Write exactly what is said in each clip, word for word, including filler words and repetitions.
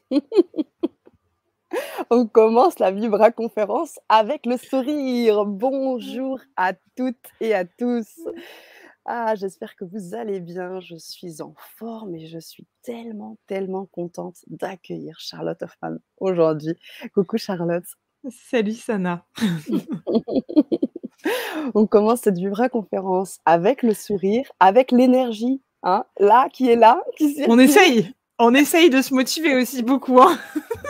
On commence la Vibra conférence avec le sourire. Bonjour à toutes et à tous. Ah, j'espère que vous allez bien. Je suis en forme et je suis tellement, tellement contente d'accueillir Charlotte Hoffman aujourd'hui. Coucou Charlotte. Salut Sana. On commence cette Vibra conférence avec le sourire, avec l'énergie, hein, là, qui est là, qui circule. On essaye, on essaye de se motiver aussi beaucoup, hein.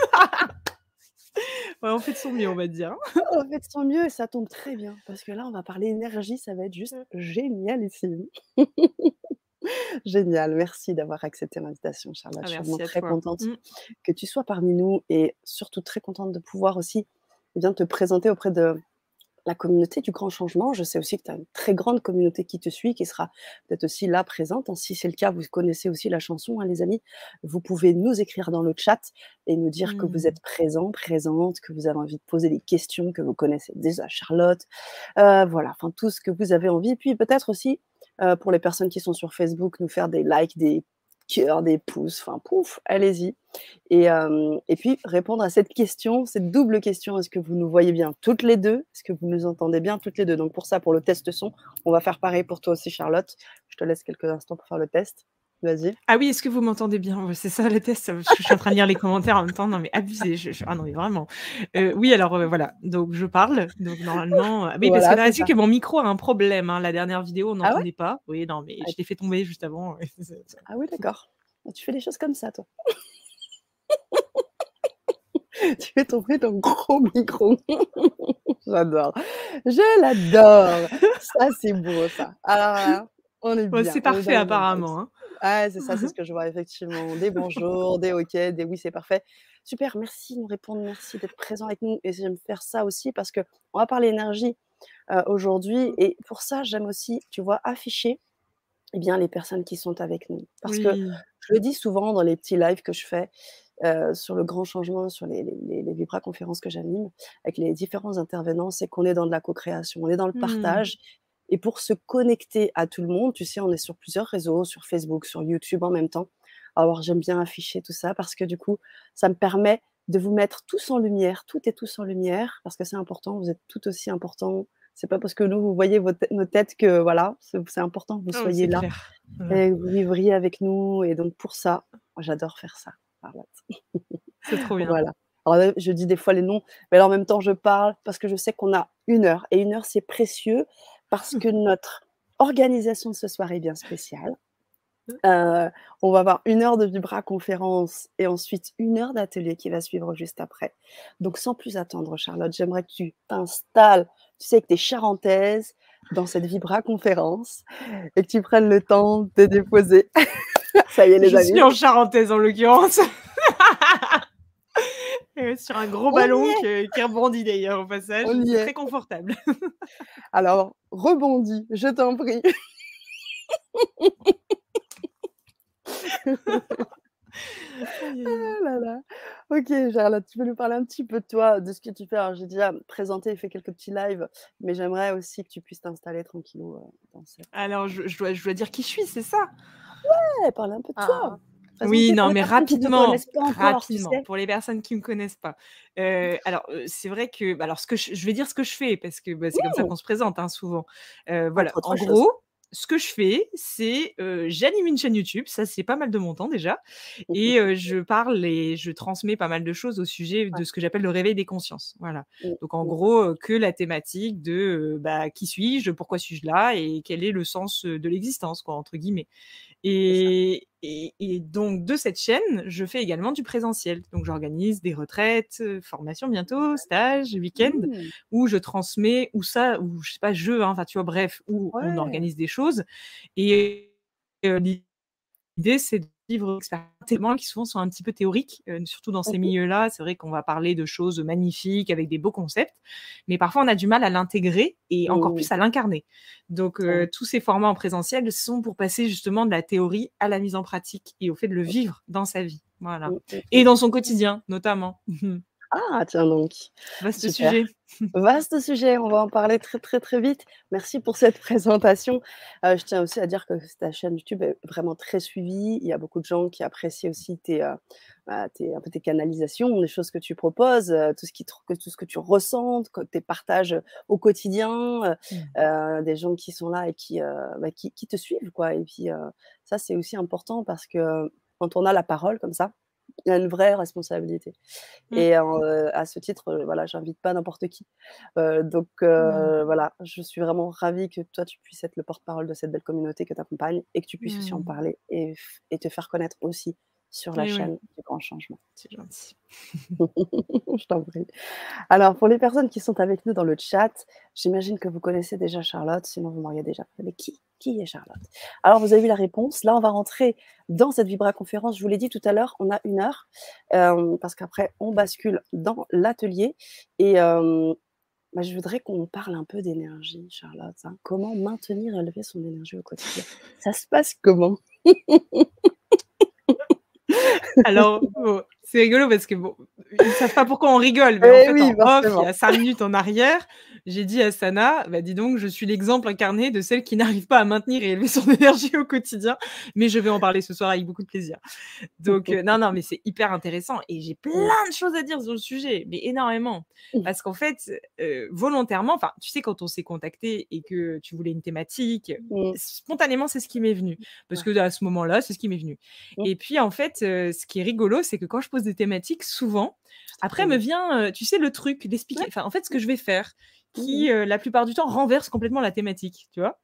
Ouais, on fait de son mieux, on va dire. On fait de son mieux et ça tombe très bien parce que là, on va parler énergie, ça va être juste génialissime. Génial, merci d'avoir accepté l'invitation Charlotte. Ah, Je suis vraiment merci à très toi. contente Mmh. que tu sois parmi nous et surtout très contente de pouvoir aussi, eh bien, te présenter auprès de la communauté du grand changement. Je sais aussi que tu as une très grande communauté qui te suit, qui sera peut-être aussi là présente, hein. Si c'est le cas, vous connaissez aussi la chanson, hein, les amis. Vous pouvez nous écrire dans le chat et nous dire que vous Mmh. êtes présents, présentes, que vous avez envie de poser des questions, que vous connaissez déjà Charlotte. Heu, voilà, enfin tout ce que vous avez envie. Puis peut-être aussi, heu, pour les personnes qui sont sur Facebook, nous faire des likes, des cœurs, des pouces, enfin pouf, allez-y. Et, hem, et puis répondre à cette question, cette double question: est-ce que vous nous voyez bien toutes les deux? Est-ce que vous nous entendez bien toutes les deux? Donc pour ça, pour le test son, on va faire pareil pour toi aussi Charlotte. Je te laisse quelques instants pour faire le test. Vas-y. Ah oui, est-ce que vous m'entendez bien? Ouais, c'est ça le test, parce que je suis en train de lire les commentaires en même temps. Non mais abusé, je je ah non mais vraiment. Heu, oui alors, heu, voilà, donc je parle, donc normalement, heu oui parce qu'il Voilà, c'est paraît-il ça. que mon micro a un problème, hein. La dernière vidéo, on Ah ouais? n'entendait pas. Oui, non mais Ah je l'ai fait tomber juste avant. ah oui, d'accord. Tu fais des choses comme ça toi? Tu fais tomber ton gros micro. J'adore, je l'adore. Ça, c'est beau ça. Alors là, on est Ouais, bien, c'est on est parfait dans les mêmes vibes. apparemment, hein. Ouais, c'est ça, c'est ce que je vois effectivement. Des bonjours, des OK, des oui, c'est parfait. Super, merci de nous répondre, merci d'être présent avec nous et j'aime faire ça aussi parce qu'on va parler énergie, heu, aujourd'hui et pour ça, j'aime aussi, tu vois, afficher, eh bien, les personnes qui sont avec nous. Parce que Oui. je le dis souvent dans les petits lives que je fais, heu, sur le grand changement, sur les les les les Vibra conférences que j'anime avec les différents intervenants, c'est qu'on est dans de la co-création, on est dans le Mmh. partage et pour se connecter à tout le monde, tu sais, on est sur plusieurs réseaux, sur Facebook, sur YouTube en même temps. Alors j'aime bien afficher tout ça parce que du coup, ça me permet de vous mettre tous en lumière, toutes et tous en lumière parce que c'est important, vous êtes tout aussi importants. C'est pas parce que nous, vous voyez vos tê nos têtes que voilà, c'est c'est important que vous Ah oui, soyez c'est là clair. Ouais. et que vous vivriez avec nous et donc pour ça, j'adore faire ça, Charlotte. C'est trop bien. Voilà. Alors là, je dis des fois les noms, mais alors en même temps, je parle parce que je sais qu'on a une heure et une heure, c'est précieux parce que notre organisation de ce soir est bien spéciale. Heu, on va avoir une heure de Vibra conférence et ensuite une heure d'atelier qui va suivre juste après. Donc sans plus attendre, Charlotte, j'aimerais que tu t'installes, tu sais, avec tes charentaises dans cette Vibra conférence et que tu prennes le temps de déposer. Ça y est les Je suis amis, en charentaise en l'occurrence. Heu, sur un gros on y ballon est, que qui rebondit d'ailleurs au passage, on y c'est très est. confortable. Alors rebondis, je t'en prie. Aïe, aïe, aïe. Ah là là. OK, Charlotte, tu peux nous parler un petit peu de toi, de ce que tu fais? Alors j'ai déjà présenté et fait quelques petits lives, mais j'aimerais aussi que tu puisses t'installer tranquillou, heu, dans cette Alors je je dois je dois dire qui je suis, c'est ça? ouais, parler un peu de toi. Ah. Oui, Présenter pour non, les mais personnes qui te rapidement, connaissent pas encore, tu rapidement, sais? pour les personnes qui me connaissent pas. Heu, alors, heu, c'est vrai que bah, alors ce que je je vais dire ce que je fais parce que, bah, c'est comme ça Mmh, qu'on se présente, hein, souvent. Heu, voilà, entre autres en choses. gros, ce que je fais, c'est, heu, j'anime une chaîne YouTube, ça c'est pas mal de mon temps déjà et heu, je parle et je transmets pas mal de choses au sujet Ouais. de ce que j'appelle le réveil des consciences. Voilà. Mmh, Donc en mmh, gros, heu, que la thématique de, heu, bah, qui suis-je? Pourquoi suis-je là? Et quel est le sens, heu, de l'existence quoi, entre guillemets. c'est ça. Et et et donc de cette chaîne, je fais également du présentiel. Donc j'organise des retraites, heu, formations bientôt, stages, week-ends Mmh, où je transmets où ça où je sais pas, je, hein, enfin tu vois? Bref, où on ouais. organise des choses et heu, l'idée c'est de vivre expérimentalement qui souvent sont un petit peu théoriques, heu, surtout dans Mmh ces mh. milieux-là. C'est vrai qu'on va parler de choses magnifiques avec des beaux concepts, mais parfois on a du mal à l'intégrer et encore Mmh, plus à l'incarner. Donc c'est vrai. heu, tous ces formats en présentiel sont pour passer justement de la théorie à la mise en pratique et au fait de le OK. vivre dans sa vie. Voilà Mmh, mmh, et mmh. dans son quotidien notamment. Ah tiens donc, Vaste super. sujet. Vaste sujet, on va en parler très, très, très vite. Merci pour cette présentation. Heu, je tiens aussi à dire que ta chaîne YouTube est vraiment très suivie. Il y a beaucoup de gens qui apprécient aussi tes, heu, bah, tes un peu tes canalisations, les choses que tu proposes, heu, tout ce qui te que tout ce que tu ressens, que tes partages, au quotidien, heu Mmh. heu, des gens qui sont là et qui, heu, bah, qui qui te suivent quoi et puis, heu, ça c'est aussi important parce que quand on a la parole comme ça, il y a une vraie responsabilité Mmh. et heu, à ce titre, heu, voilà, j'invite pas n'importe qui. Heu, donc Mmh. heu, voilà, je suis vraiment ravie que toi, tu puisses être le porte-parole de cette belle communauté que tu accompagnes et que tu puisses aussi en Mmh. parler et f et te faire connaître aussi sur la Et ouais, chaîne du Grand Changement. c'est gentil. Je t'en prie. Alors pour les personnes qui sont avec nous dans le chat, j'imagine que vous connaissez déjà Charlotte, sinon vous m'auriez déjà fait: «Mais qui? Qui est Charlotte?» Alors vous avez eu la réponse. Là, on va rentrer dans cette Vibra conférence. Je vous l'ai dit tout à l'heure, on a une heure, hem, parce qu'après on bascule dans l'atelier et hem, bah, je voudrais qu'on parle un peu d'énergie, Charlotte, hein. Comment maintenir et élever son énergie au quotidien? Ça se passe comment? Alors, bon, c'est rigolo parce que bon, ils savent pas pourquoi on rigole, mais en Eh fait, oui, en off, il y forcément. a cinq minutes en arrière, j'ai dit à Sana: «Bah, dis donc, je suis l'exemple incarné de celle qui n'arrive pas à maintenir et élever son énergie au quotidien, mais je vais en parler ce soir avec beaucoup de plaisir». Donc heu, non, non, mais c'est hyper intéressant et j'ai plein Mmh. de choses à dire sur le sujet, mais énormément. Parce qu'en fait, heu, volontairement, enfin, tu sais, quand on s'est contactés et que tu voulais une thématique, Mmh. spontanément, c'est ce qui m'est venu. Parce Ouais. que à ce moment-là, c'est ce qui m'est venu. Mmh. Et puis, en fait, heu, ce qui est rigolo, c'est que quand je pose des thématiques, souvent, après me Mmh. vient, heu, tu sais, le truc d'expliquer Ouais. enfin, en fait, ce que je vais faire, Mmh mh. qui, heu, la plupart du temps, renverse complètement la thématique, tu vois?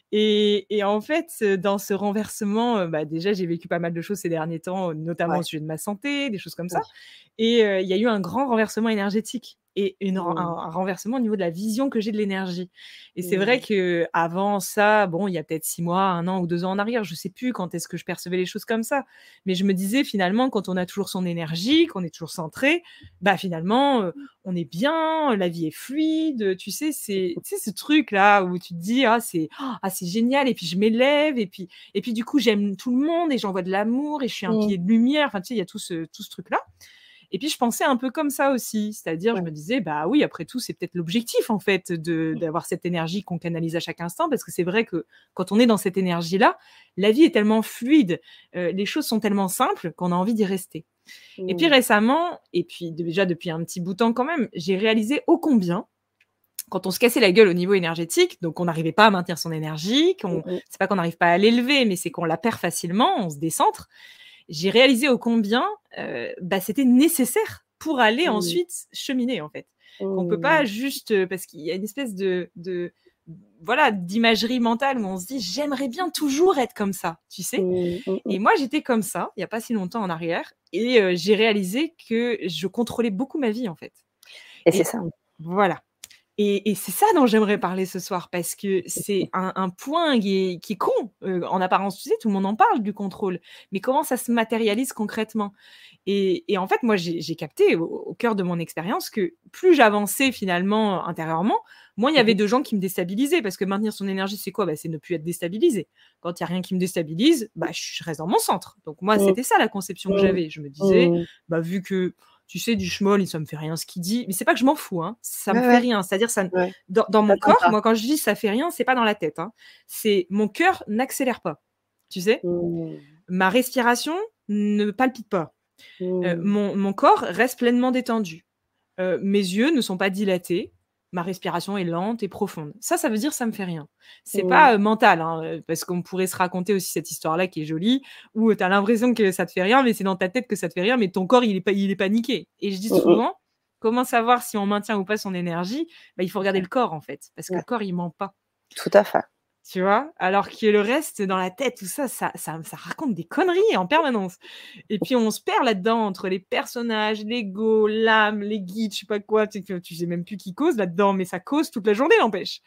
Et et en fait, heu, dans ce renversement, heu, bah, déjà, j'ai vécu pas mal de choses ces derniers temps, notamment au Ouais. sujet de ma santé, des choses comme ça Oui. et heu, il y a eu un grand renversement énergétique et une ren un Mmh. un renversement au niveau de la vision que j'ai de l'énergie et c'est vrai Mmh. qu'avant ça, bon, il y a peut-être six mois, un an ou deux ans en arrière, je sais plus quand est-ce que je percevais les choses comme ça, mais je me disais finalement quand on a toujours son énergie, qu'on est toujours centré, bah, finalement, heu, on est bien, la vie est fluide, tu sais? C'est tu sais ce truc là où tu te dis: «Ah c'est ah c'est génial» et puis je m'élève et puis et puis du coup j'aime tout le monde et j'envoie de l'amour et je suis un Mmh. pilier de lumière. Enfin, tu sais, il y a tout ce tout ce truc-là et puis je pensais un peu comme ça aussi, c'est-à-dire je Ouais. me disais: «Bah oui, après tout, c'est peut-être l'objectif en fait de d'avoir cette énergie qu'on canalise à chaque instant» parce que c'est vrai que quand on est dans cette énergie-là, la vie est tellement fluide, heu, les choses sont tellement simples qu'on a envie d'y rester. Et puis Mmh. récemment et puis déjà depuis un petit bout de temps quand même, j'ai réalisé ô combien quand on se cassait la gueule au niveau énergétique, donc on n'arrivait pas à maintenir son énergie, Mmh qu'on mh. c'est pas qu'on n'arrive pas à l'élever, mais c'est qu'on la perd facilement, on se décentre. J'ai réalisé ô combien, heu, bah, c'était nécessaire pour aller Mmh. ensuite cheminer, en fait. Qu'on peut pas Mmh. juste, heu parce qu'il y a une espèce de de voilà, d'imagerie mentale où on se dit: «J'aimerais bien toujours être comme ça», tu sais? Mmh. Mmh mh. Et moi, j'étais comme ça, il y a pas si longtemps en arrière et heu, j'ai réalisé que je contrôlais beaucoup ma vie, en fait. Et c'est Et ça. voilà. Et et c'est ça dont j'aimerais parler ce soir parce que c'est un un point qui est qui est con, heu, en apparence, tu sais, tout le monde en parle du contrôle, mais comment ça se matérialise concrètement? Et et en fait, moi, j'ai j'ai capté au au cœur de mon expérience que plus j'avançais finalement intérieurement, moins il y Mmh avait mh. de gens qui me déstabilisaient parce que maintenir son énergie, c'est quoi? Bah, c'est ne plus être déstabilisé. Quand il y a rien qui me déstabilise, bah, je reste dans mon centre. Donc moi, Mmh. c'était ça la conception que Mmh. j'avais. Je me disais: Mmh. «Bah, vu que tu sais, du schmoll, ça me fait rien ce qu'il dit». Mais c'est pas que je m'en fous, hein, ça me Ouais, fait ouais, rien. C'est-à-dire ça ne ouais. dans dans mon T'attends corps, pas. moi, quand je dis: «Ça fait rien», c'est pas dans la tête, hein. C'est mon cœur n'accélère pas, tu sais? Mmh. Ma respiration ne palpite pas. Heu, Mmh. mon mon corps reste pleinement détendu. Heu, mes yeux ne sont pas dilatés. Ma respiration est lente et profonde. Ça, ça veut dire: «Ça me fait rien». C'est Mmh. pas, heu, mental, hein, heu, parce qu'on pourrait se raconter aussi cette histoire-là qui est jolie, où, tu as l'impression que ça te fait rien, mais c'est dans ta tête que ça te fait rien, mais ton corps, il est pa il est paniqué. Et je dis Mmh mh. souvent: «Comment savoir si on maintient ou pas son énergie?» Bah, il faut regarder Ouais. le corps, en fait, parce que Ouais. le corps, il ment pas. Tout à fait. Tu vois? Alors que le reste dans la tête, tout ça, ça ça ça raconte des conneries en permanence. Et puis on se perd là-dedans entre les personnages, l'ego, l'âme, les guides, je sais pas quoi, tu sais, tu sais même plus qui cause là-dedans, mais ça cause toute la journée n'empêche.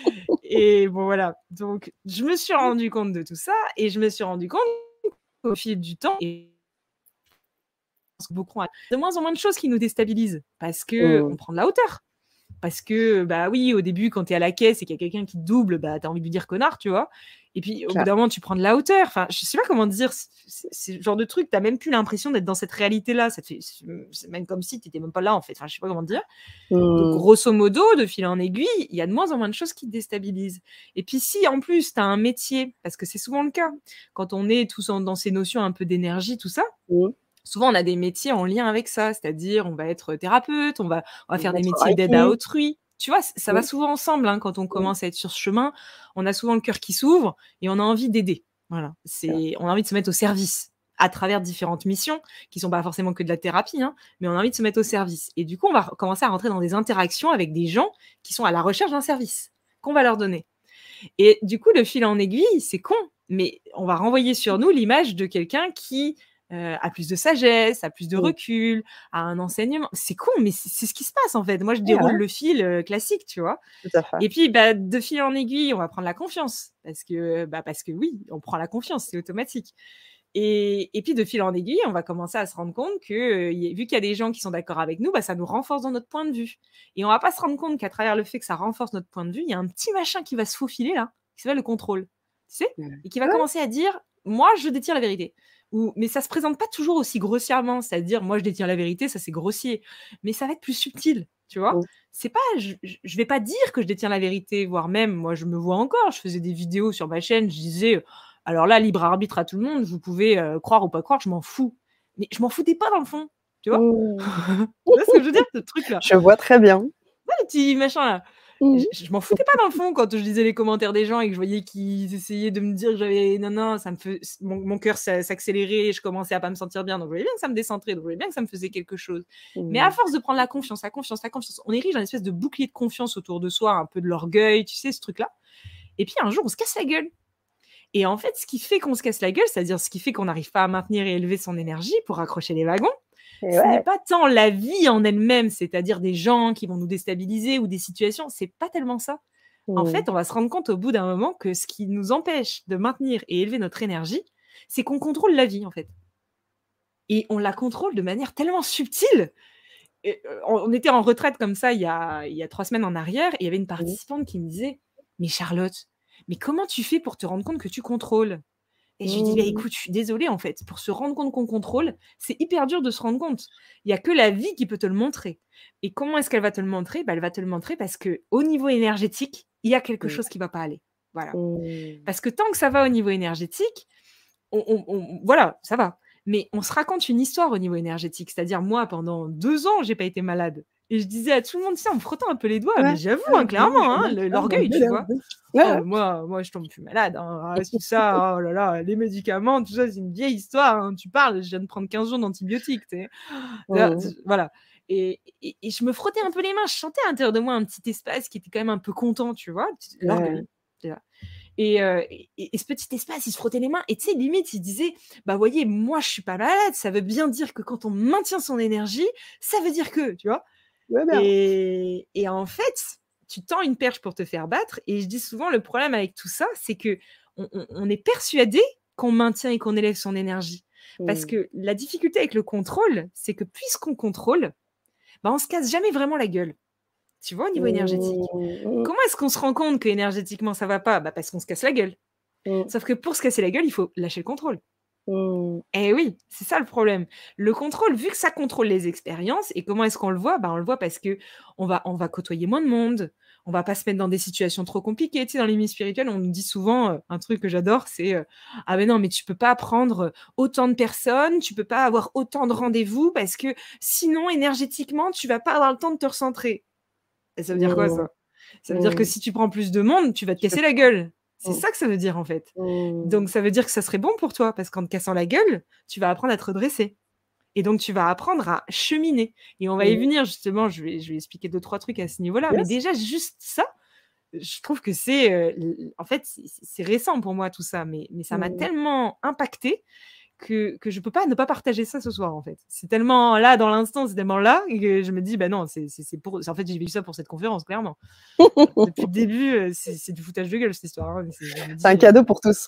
Et bon voilà, donc je me suis rendu compte de tout ça et je me suis rendu compte au fil du temps et beaucoup de moins en moins de choses qui nous déstabilisent parce Mmh. qu'on prend de la hauteur. parce que, bah oui, au début, quand tu es à la caisse et qu'il y a quelqu'un qui te double, bah, tu as envie de lui dire connard, tu vois. Et puis, au bout Clair. d'un moment, tu prends de la hauteur. Enfin, je sais pas comment dire. C'est c'est- c'est le genre de truc, tu même plus l'impression d'être dans cette réalité-là. Ça te fait, c'est c'est même comme si tu étais même pas là, en fait. Enfin, je sais pas comment dire. Donc, Mmh. grosso modo, de fil en aiguille, il y a de moins en moins de choses qui te déstabilisent. Et puis, si en plus, tu as un métier, parce que c'est souvent le cas, quand on est tous en- dans ces notions un peu d'énergie, tout ça, Mmh. souvent on a des métiers en lien avec ça. C'est-à-dire, on va être thérapeute, on va, on va faire des D'accord, métiers d'aide à Reiki. autrui. Tu vois, c- ça va Mmh. souvent ensemble hein, quand on Mmh. commence à être sur ce chemin. On a souvent le cœur qui s'ouvre et on a envie d'aider. Voilà, C'est vrai. c'est, on a envie de se mettre au service à travers différentes missions qui sont pas forcément que de la thérapie, hein, mais on a envie de se mettre au service. Et du coup, on va r- commencer à rentrer dans des interactions avec des gens qui sont à la recherche d'un service qu'on va leur donner. Et du coup, de fil en aiguille, c'est con, mais on va renvoyer sur nous l'image de quelqu'un qui euh, a plus de sagesse, a plus de Mmh. recul, a un enseignement. C'est con, mais c'est c'est ce qui se passe en fait. Moi, je Ouais, déroule ouais, le fil euh, classique, tu vois. tout à fait. Et puis, bah, de fil en aiguille, on va prendre la confiance. Parce que, bah, parce que oui, on prend la confiance, c'est automatique. Et, et puis, de fil en aiguille, on va commencer à se rendre compte que, euh, y a- vu qu'il y a des gens qui sont d'accord avec nous, bah, ça nous renforce dans notre point de vue. Et on va pas se rendre compte qu'à travers le fait que ça renforce notre point de vue, il y a un petit machin qui va se faufiler là, qui s'appelle le contrôle. Tu sais? Ouais. Et qui va Ouais. commencer à dire, moi, je détiens la vérité. Ou, mais ça se présente pas toujours aussi grossièrement, c'est-à-dire, moi, je détiens la vérité, ça c'est grossier. Mais ça va être plus subtil, tu vois? Mmh. C'est pas, je, je je vais pas dire que je détiens la vérité, voire même, moi, je me vois encore, je faisais des vidéos sur ma chaîne, je disais, alors là, libre arbitre à tout le monde, vous pouvez euh, croire ou pas croire, je m'en fous. Mais je m'en foutais pas dans le fond, tu vois? Mmh. Tu vois ce que je veux dire, ce truc-là? Je vois très bien. Le petit machin là. Mmh. Je, je m'en foutais pas dans le fond quand je lisais les commentaires des gens et que je voyais qu'ils essayaient de me dire que j'avais non non ça me fait mon, mon cœur s'a- s'accélérait et je commençais à pas me sentir bien donc je voyais bien que ça me décentrait donc je voyais bien que ça me faisait quelque chose mais à Mmh. force de prendre la confiance la confiance la confiance on érige un espèce de bouclier de confiance autour de soi un peu de l'orgueil tu sais ce truc là et puis un jour on se casse la gueule et en fait ce qui fait qu'on se casse la gueule c'est-à-dire ce qui fait qu'on n'arrive pas à maintenir et élever son énergie pour accrocher les wagons Et ce n'est ouais. pas tant la vie en elle-même, c'est-à-dire des gens qui vont nous déstabiliser ou des situations, c'est pas tellement ça. En Mmh. fait, on va se rendre compte au bout d'un moment que ce qui nous empêche de maintenir et élever notre énergie, c'est qu'on contrôle la vie, en fait. Et on la contrôle de manière tellement subtile. Et, euh, on on était en retraite comme ça il y a, il y a trois semaines en arrière, et il y avait une Mmh. participante qui me disait, mais Charlotte, mais comment tu fais pour te rendre compte que tu contrôles? Et je lui dis: «Bah, Mmh. écoute, je suis désolée, en fait, pour se rendre compte qu'on contrôle, c'est hyper dur de se rendre compte. Il y a que la vie qui peut te le montrer». Et comment est-ce qu'elle va te le montrer? Bah, elle va te le montrer parce qu'au niveau énergétique, il y a quelque Mmh. chose qui va pas aller. Voilà. Mmh. Parce que tant que ça va au niveau énergétique, on on on voilà, ça va. Mais on se raconte une histoire au niveau énergétique. C'est-à-dire moi, pendant deux ans, j'ai pas été malade et je disais à tout le monde, tu sais, en me frottant un peu les doigts, mais Ouais. j'avoue, Ouais, hein, ouais, clairement, je vois hein, bien le ça dans le l'orgueil, tu délire. vois? Ouais, Oh, ouais. moi moi, je tombe plus malade, hein. Ah, tout ça, oh là là, les médicaments, tout ça, c'est une vieille histoire, hein. Tu parles, je viens de prendre quinze jours d'antibiotiques, tu sais? Là, Mmh. voilà et et et je me frottais un peu les mains. Je sentais à l'intérieur de moi un petit espace qui était quand même un peu content, tu vois? Ouais. L'orgueil, tu vois? Et, heu et et ce petit espace, il se frottait les mains et tu sais, limite, il disait: «Bah, voyez, moi, je suis pas malade, ça veut bien dire que quand on maintient son énergie, ça veut dire que», tu vois? Ouais, bien. Et et en fait, tu tends une perche pour te faire battre et je dis souvent le problème avec tout ça, c'est qu'on on on est persuadé qu'on maintient et qu'on élève son énergie. Parce Mmh. que la difficulté avec le contrôle, c'est que puisqu'on contrôle, bah, on se casse jamais vraiment la gueule. Tu vois, au niveau énergétique? Mmh. Mmh. Comment est-ce qu'on se rend compte qu'énergétiquement ça va pas? Bah, parce qu'on se casse la gueule. Mmh. Sauf que pour se casser la gueule, il faut lâcher le contrôle. Mmh. Eh oui, c'est ça le problème. Le contrôle, vu que ça contrôle les expériences, et comment est-ce qu'on le voit? Bah, on le voit parce que on va on va côtoyer moins de monde, on va pas se mettre dans des situations trop compliquées. Tu sais, dans les milieux spirituels, on nous dit souvent, heu, un truc que j'adore, c'est, heu: «Ah mais non, mais tu peux pas prendre, autant de personnes, tu peux pas avoir autant de rendez-vous parce que sinon énergétiquement, tu vas pas avoir le temps de te recentrer». Et ça veut dire quoi Mmh. ça? Ça veut dire que Mmh. si tu prends plus de monde, tu vas te Tu peux casser la gueule. C'est mmh. ça que ça veut dire, en fait. Mmh. Donc ça veut dire que ça serait bon pour toi parce qu'en te cassant la gueule, tu vas apprendre à te redresser et donc tu vas apprendre à cheminer et on va y Mmh. venir justement, je vais je vais expliquer deux trois trucs à ce niveau-là, mais Yes. déjà juste ça, je trouve que c'est, heu, l l en fait, c'est c'est c'est récent pour moi tout ça, mais mais ça m'a Mmh. tellement impactée que que je peux pas ne pas partager ça ce soir, en fait. C'est tellement là, dans l'instant, c'est tellement là que je me dis: «Bah non, c'est c'est c'est pour» en fait, j'ai vécu ça pour cette conférence, clairement. Depuis le début, heu, c'est c'est du foutage de gueule cette histoire, hein, c'est je me C'est un dis, heu, cadeau pour tous.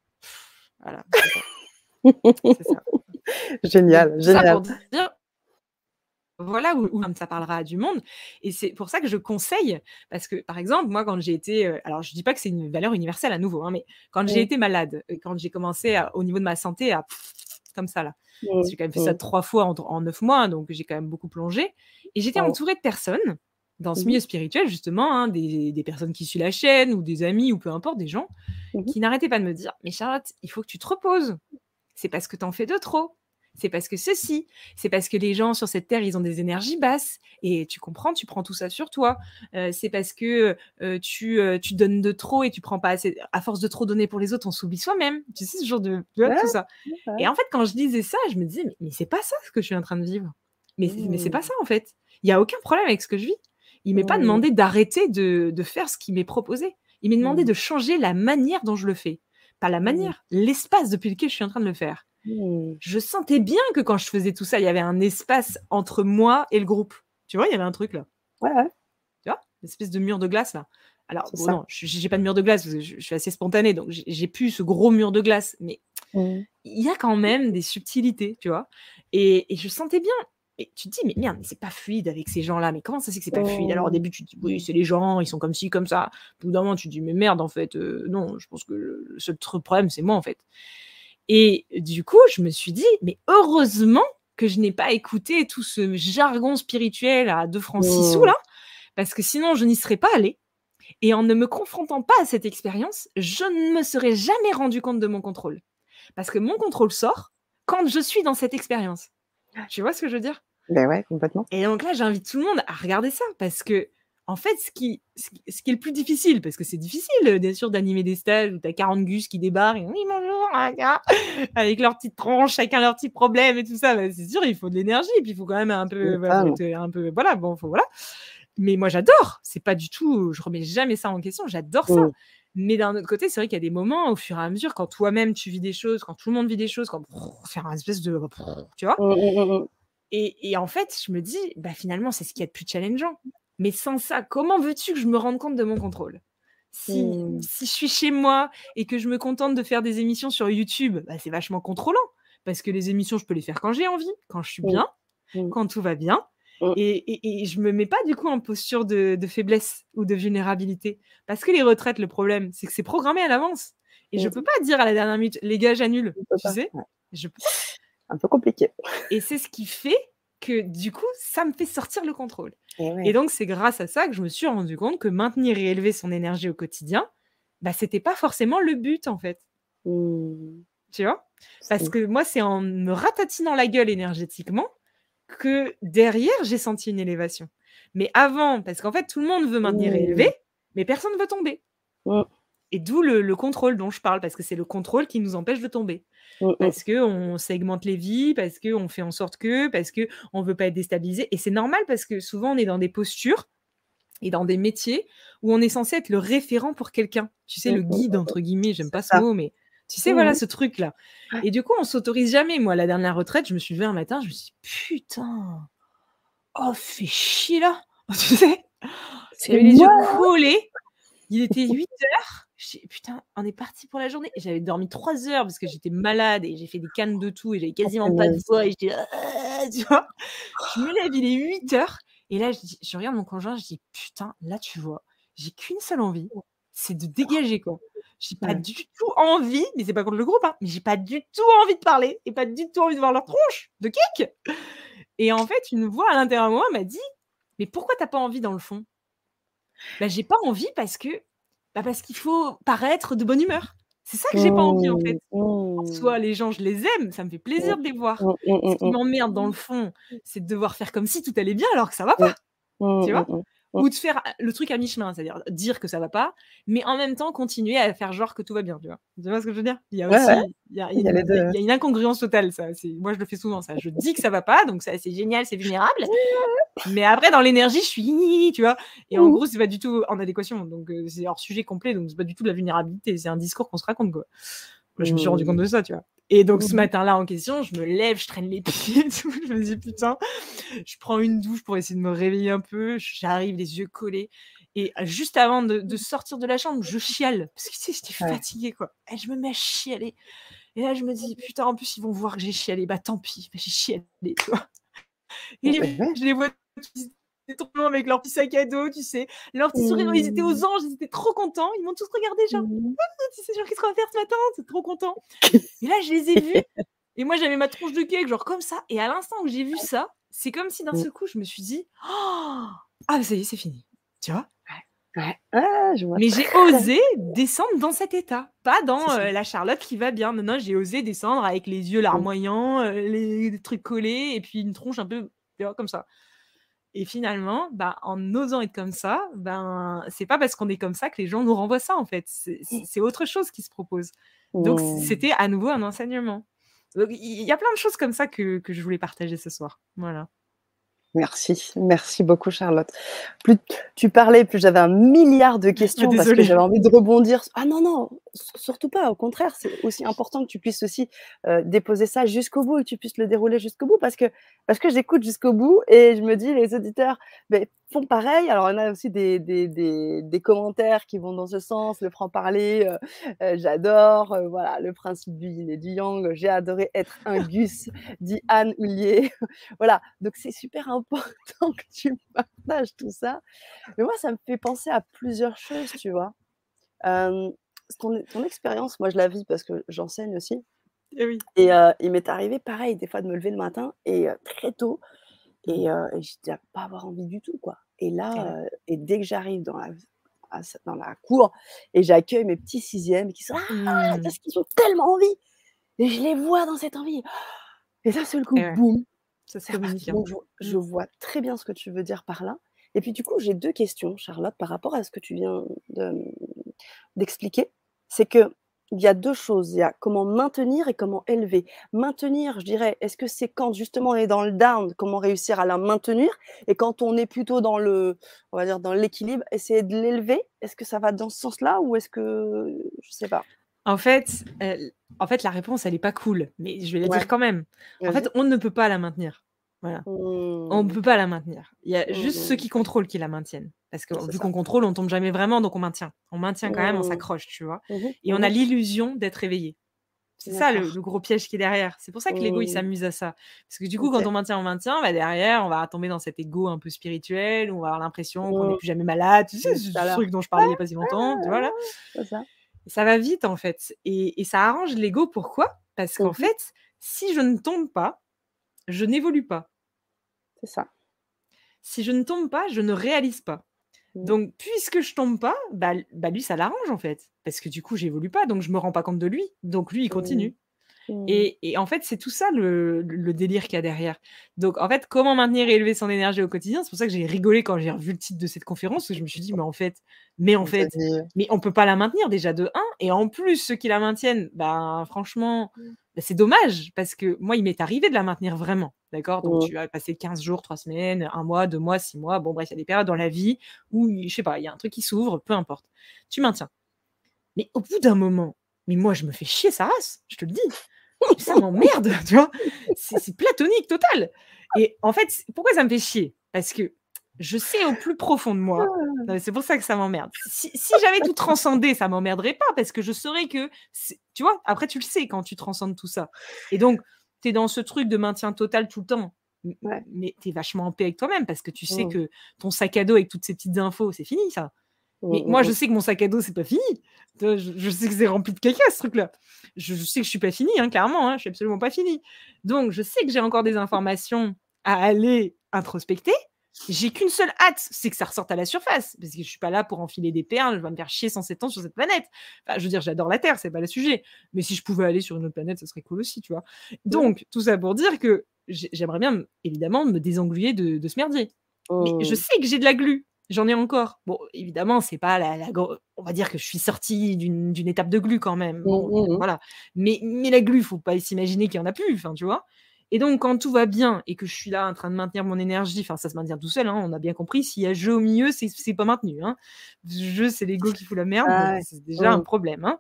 voilà, c'est ça, c'est ça. Donc Génial, tout ça génial. pour dire voilà, où où ça parlera à du monde et c'est pour ça que je conseille parce que, par exemple, moi, quand j'ai été, heu, alors je dis pas que c'est une valeur universelle à nouveau, hein, mais quand j'ai Mmh. été malade et quand j'ai commencé à au niveau de ma santé à comme ça là, Mmh. j'ai quand même fait ça Mmh. trois fois en en neuf mois, donc j'ai quand même beaucoup plongé et j'étais Waouh. entourée de personnes dans ce Mmh mh. milieu spirituel justement, hein, des des personnes qui suivent la chaîne ou des amis ou peu importe, des gens Mmh mh. qui n'arrêtaient pas de me dire: «Mais Charlotte, il faut que tu te reposes. C'est parce que tu en fais de trop. C'est parce que ceci, c'est parce que les gens sur cette terre, ils ont des énergies basses et tu comprends, tu prends tout ça sur toi. Heu, c'est parce que, heu, tu, heu, tu donnes de trop et tu prends pas assez à force de trop donner pour les autres, on s'oublie soi-même». Tu sais, ce genre de tu vois, Ouais, tout ça ouais, ouais. et en fait, quand je lisais ça, je me disais: «Mais mais c'est pas ça ce que je suis en train de vivre. Mais c'est mais c'est pas Mmh. ça en fait. Il y a aucun problème avec ce que je vis». Il m'est pas Mmh. demandé d'arrêter de de faire ce qui m'est proposé. Il m'est demandé Mmh. de changer la manière dont je le fais. Pas la Mmh. manière, l'espace depuis lequel je suis en train de le faire. Mmh. Je sentais bien que quand je faisais tout ça, il y avait un espace entre moi et le groupe. Tu vois, il y avait un truc là, Ouais, ouais, tu vois? Une espèce de mur de glace là. Alors c'est bon ça. non, je j'ai pas de mur de glace parce que je je suis assez spontanée donc j'ai j'ai plus ce gros mur de glace, mais Mmh. il y a quand même des subtilités, tu vois? Et et je sentais bien et tu te dis: «Mais merde, mais c'est pas fluide avec ces gens-là, mais comment ça se fait que c'est pas fluide?» Alors au Mmh. début tu te dis: «Oui, Mmh. c'est les gens, ils sont comme ci, comme ça». Au bout d'un moment tu te dis: «Mais merde en fait, heu, non, je pense que le le seul tr problème c'est moi en fait». Et du coup, je me suis dit: «Mais heureusement que je n'ai pas écouté tout ce jargon spirituel à deux francs six sous Mmh. là, parce que sinon je n'y serais pas allée et en ne me confrontant pas à cette expérience, je ne me serais jamais rendu compte de mon contrôle. Parce que mon contrôle sort quand je suis dans cette expérience». Tu vois ce que je veux dire? Beh, ouais, complètement. Et donc là, j'invite tout le monde à regarder ça parce que en fait, ce qui ce qui ce qui est le plus difficile, parce que c'est difficile, heu, bien sûr, d'animer des stages où tu as quarante gus qui débarquent et: «Oui, bonjour, ah, ah», avec leurs petites tronches, chacun leurs petits problèmes et tout ça. Bah, c'est sûr, il faut de l'énergie et puis il faut quand même un peu, voilà, faut Totalement. être, heu, un peu voilà, bon, faut voilà. Mais moi, j'adore, c'est pas du tout je remets jamais ça en question, j'adore ça. Mmh. Mais d'un autre côté, c'est vrai qu'il y a des moments, au fur et à mesure, quand toi-même tu vis des choses, quand tout le monde vit des choses, quand faire un espèce de tu vois? Mmh mh, mmh mh. Et et en fait, je me dis: «Bah, finalement, c'est ce qu'il y a de plus challengeant. Mais sans ça, comment veux-tu que je me rende compte de mon contrôle? Si Mmh. si je suis chez moi et que je me contente de faire des émissions sur YouTube, bah, c'est vachement contrôlant parce que les émissions, je peux les faire quand j'ai envie, quand je suis Mmh. bien, Mmh. quand tout va bien Mmh. et et et je me mets pas, du coup, en posture de de faiblesse ou de vulnérabilité. Parce que les retraites, le problème, c'est que c'est programmé à l'avance et je Mmh. peux pas dire à la dernière minute: «Les gars, j'annule», On peut tu pas. sais? Ouais. Je peux Un peu compliqué. et c'est ce qui fait que, du coup, ça me fait sortir le contrôle Et et ouais. donc c'est grâce à ça que je me suis rendu compte que maintenir et élever son énergie au quotidien, bah, c'était pas forcément le but, en fait, Mmh. tu vois? Parce C'est que moi, c'est en me ratatinant la gueule énergétiquement que derrière, j'ai senti une élévation. Mais avant parce qu'en fait, tout le monde veut maintenir et élever, mmh. mais personne ne veut tomber Mmh. et d'où le le contrôle dont je parle, parce que c'est le contrôle qui nous empêche de tomber. Mmh mh. Parce qu'on segmente les vies, parce qu'on fait en sorte que, parce qu'on veut pas être déstabilisé et c'est normal parce que souvent on est dans des postures et dans des métiers où on est censé être le référent pour quelqu'un. Tu sais, Mmh le mh. «guide» entre guillemets, j'aime C'est pas ce ça. mot, mais tu sais, Mmh voilà, mh. ce truc-là et du coup, on s'autorise jamais. Moi, à la dernière retraite, je me suis levée un matin, je me suis dit: «Putain, oh fais chier là!» Tu sais? C'est J'avais les moi yeux là! collés, il était huit heures. Je dis: «Putain, on est parti pour la journée» et j'avais dormi trois heures parce que j'étais malade et j'ai fait des cannes de tout et j'avais Oh quasiment pas de punaise. voix et j'étais: «Ah!» tu vois? Je me lève, il est huit heures et là je dis je regarde mon conjoint, je dis: «Putain, là tu vois, j'ai qu'une seule envie, c'est de dégager quoi». J'ai pas Ouais. du tout envie, mais c'est pas contre le groupe, hein, mais j'ai pas du tout envie de parler et pas du tout envie de voir leur tronche de cake et en fait, une voix à l'intérieur de moi m'a dit: «Mais pourquoi tu as pas envie dans le fond?» Bah, j'ai pas envie parce que, bah, parce qu'il faut paraître de bonne humeur. C'est ça que j'ai pas envie, en fait. Mmh. En Mmh. soi, les gens, je les aime, ça me fait Mmh. plaisir de les voir. Mmh mh, Ce mmh qui mh. m'emmerde dans le fond, c'est de devoir faire comme si tout allait bien alors que ça va Mmh. pas, Mmh tu mh, vois? mmh. Mmh. Ou de faire a le truc à mi-chemin, c'est-à-dire dire que ça va pas, mais en même temps continuer à faire genre que tout va bien, tu vois? Tu vois ce que je veux dire? Il y a Ouais, ouais, aussi il y a il y a il y a les une il deux. y a une incongruence totale, ça, c'est moi je le fais souvent ça. Je dis que ça va pas, donc ça c'est génial, c'est vulnérable, mais après dans l'énergie, je suis tu vois? Et en Mmh. gros, c'est pas du tout en adéquation, donc heu, c'est hors sujet complet, donc c'est pas du tout de la vulnérabilité, c'est un discours qu'on se raconte, quoi. Moi, je me suis rendu compte Mmh. de ça, tu vois? Et donc ce Mmh. matin-là en question, je me lève, je traîne les pieds et tout, je me dis: «Putain», je prends une douche pour essayer de me réveiller un peu, j'arrive les yeux collés et juste avant de de sortir de la chambre, je chiale parce que tu sais, j'étais Ouais. fatiguée, quoi et je me mets à chialer et là, je me dis: «Putain, en plus, ils vont voir que j'ai chialé, bah tant pis, bah j'ai chialé», tu vois? Et Ouais, ouais. je les vois tous trop loin avec leur petit sac à dos, tu sais, leur petit sourire, ils étaient Mmh. aux anges, ils étaient trop contents, ils m'ont tous regardé genre: Mmh. «Ah, tu sais genre qu'est-ce qu'on va faire ce matin?» C'est trop content. Et là, je les ai vus et moi j'avais ma tronche de cake genre comme ça et à l'instant où j'ai vu ça, c'est comme si d'un Mmh. seul coup je me suis dit: «Oh, ah ça y est, c'est fini». Tu vois? Ouais, ouais. Ah, je vois Mais j'ai très osé descendre dans cet état, pas c'est dans, ça. heu, la Charlotte qui va bien. Non, non, j'ai osé descendre avec les yeux Mmh. larmoyants, heu, les trucs collés et puis une tronche un peu, tu vois, comme ça. Et finalement, bah, en osant être comme ça, ben, c'est pas parce qu'on est comme ça que les gens nous renvoient ça, en fait. C'est c'est c'est autre chose qui se propose. Donc c Mmh. c'était à nouveau un enseignement. Donc il il y a plein de choses comme ça que que je voulais partager ce soir. Voilà. Merci, merci beaucoup Charlotte. Plus tu parlais, plus j'avais un milliard de Ah questions parce que désolée. j'avais envie de rebondir s ah non, non, s surtout pas, au contraire, c'est aussi important que tu puisses aussi, heu, déposer ça jusqu'au bout et que tu puisses le dérouler jusqu'au bout parce que parce que j'écoute jusqu'au bout et je me dis: «Les auditeurs, beh, font pareil». Alors on a aussi des des des des commentaires qui vont dans ce sens, le franc-parler, heu heu, j'adore, heu, voilà, le principe du yin et du yang, j'ai adoré être un gus, dit Anne Houllier. Voilà, donc c'est super important que tu partages tout ça. Mais moi, ça me fait penser à plusieurs choses, tu vois? Hem, ton ton expérience, moi, je la vis parce que j'enseigne aussi Eh oui. et heu, il m'est arrivé pareil, des fois, de me lever le matin et heu, très tôt Mmh. et heu et j'étais à pas avoir envie du tout, quoi. Et Eh ouais. là, heu et dès que j'arrive dans la à ce dans la cour et j'accueille mes petits sixièmes qui sont: «Ah!» Mmh. parce qu'ils ont tellement envie et je les vois dans cette envie et d'un seul coup, Eh ouais, boum, ça se c'est reparti. communique, hein. Donc je Mmh. je vois très bien ce que tu veux dire par là et puis du coup, j'ai deux questions, Charlotte, par rapport à ce que tu viens de, mmh, d'expliquer. C'est qu'il y a deux choses, il y a comment maintenir et comment élever. Maintenir, je dirais, est-ce que c'est quand justement on est dans le down, comment réussir à la maintenir? Et quand on est plutôt dans le on va dire dans l'équilibre, essayer de l'élever? Est-ce que ça va dans ce sens-là ou est-ce que je sais pas? En fait, heu, en fait, la réponse, elle est pas cool, mais je vais la dire Ouais, quand même. En fait, vas-y. on ne peut pas la maintenir. Voilà. On ne Mmh. peut pas la maintenir. Il y a juste ceux Mmh. qui contrôlent qui la maintiennent. Parce que C'est vu ça. qu'on contrôle, on tombe jamais vraiment, donc on maintient. On maintient quand même, on Mmh. s'accroche, tu vois? Mmh mh. Et on Mmh a mh. l'illusion d'être éveillé. C'est ça le D'accord. le gros piège qui est derrière. C'est pour ça que l'ego, il Mmh. s'amuse à ça. Parce que du coup, quand OK. on maintient, on maintient, bah, derrière, on va tomber dans cet ego un peu spirituel, où on va avoir l'impression qu'on n'est Mmh. plus jamais malade. Tu On sais, dit ce tout à ce truc l'heure. dont je Ouais, parlais il y a pas si ouais, longtemps, tu vois là? ouais, c'est ça. Et ça va vite en fait et et ça arrange l'ego pourquoi? Parce Mmh qu'en mh. fait, si je ne tombe pas, je n'évolue pas. C'est ça. Si je ne tombe pas, je ne réalise pas. Mmh. Donc puisque je tombe pas, bah l bah lui ça l'arrange en fait. Parce que du coup j'évolue pas, donc je me rends pas compte de lui. Donc lui il Mmh. continue. Mmh. Et et en fait, c'est tout ça le le délire qu'il y a derrière. Donc en fait, comment maintenir et élever son énergie au quotidien? C'est pour ça que j'ai rigolé quand j'ai revu le titre de cette conférence, où je me suis dit: «Mais en fait mais en On t'a fait, dit, mais on peut pas la maintenir déjà de un et en plus ceux qui la maintiennent, ben franchement, Mmh. bah, c'est dommage parce que moi il m'est arrivé de la maintenir vraiment, d'accord? Donc Mmh. tu vas passer quinze jours, trois semaines, un mois, deux mois, six mois, bon bref, il y a des périodes dans la vie où je sais pas, il y a un truc qui s'ouvre, peu importe. Tu maintiens. Mais au bout d'un moment, mais moi je me fais chier sa race, je te le dis. Ça m'emmerde, tu vois? C'est c'est platonique total et en fait, c pourquoi ça me fait chier? Parce que je sais au plus profond de moi, non, mais c'est pour ça que ça m'emmerde. Si si j'avais tout transcendé, ça m'emmerderait pas parce que je saurais que c'est tu vois? Après tu le sais quand tu transcendes tout ça et donc tu es dans ce truc de maintien total tout le temps, m m Ouais. mais tu es vachement en paix avec toi-même parce que tu sais Mmh. que ton sac à dos avec toutes ces petites infos, c'est fini ça. Mmh, Mais mmh moi, je mh. sais que mon sac à dos, c'est pas fini. Tu vois? Je je sais que c'est rempli de caca ce truc-là. Je je sais que je suis pas finie, hein, clairement, hein, je suis absolument pas finie. Donc je sais que j'ai encore des informations à aller introspecter. J'ai qu'une seule hâte, c'est que ça ressorte à la surface, parce que je suis pas là pour enfiler des perles, je vais me faire chier cent sept ans sur cette planète. Enfin, je veux dire, j'adore la Terre, c'est pas le sujet. Mais si je pouvais aller sur une autre planète, ça serait cool aussi, tu vois? Ouais. Donc tout ça pour dire que j'ai j'aimerais bien, m évidemment, me désengluer de de ce merdier. Mais je Mmh. sais que j'ai de la glu. J'en ai encore. Bon, évidemment, c'est pas la la gro on va dire que je suis sortie d'une d'une étape de glu quand même. Mmh, Bon, mmh mh. voilà. Mais mais la glu, faut pas s'imaginer qu'il y en a plus, enfin, tu vois? Et donc quand tout va bien et que je suis là en train de maintenir mon énergie, enfin ça se maintient tout seul, hein, on a bien compris, s'il y a jeu au milieu, c'est c'est pas maintenu, hein. Jeu, c'est l'ego qui fout la merde, Ah donc ouais. c'est déjà un Mmh. problème, hein.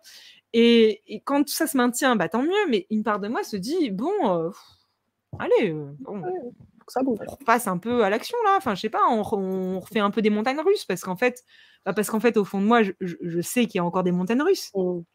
Et et quand tout ça se maintient, bah, tant mieux, mais une part de moi se dit: «Bon, heu, allez, heu, bon, Ouais, faut que ça bouge. on repasse un peu à l'action là, enfin je sais pas, on re on refait un peu des montagnes russes» parce qu'en fait bah, parce qu'en fait au fond de moi je je je sais qu'il y a encore des montagnes russes. Mmh.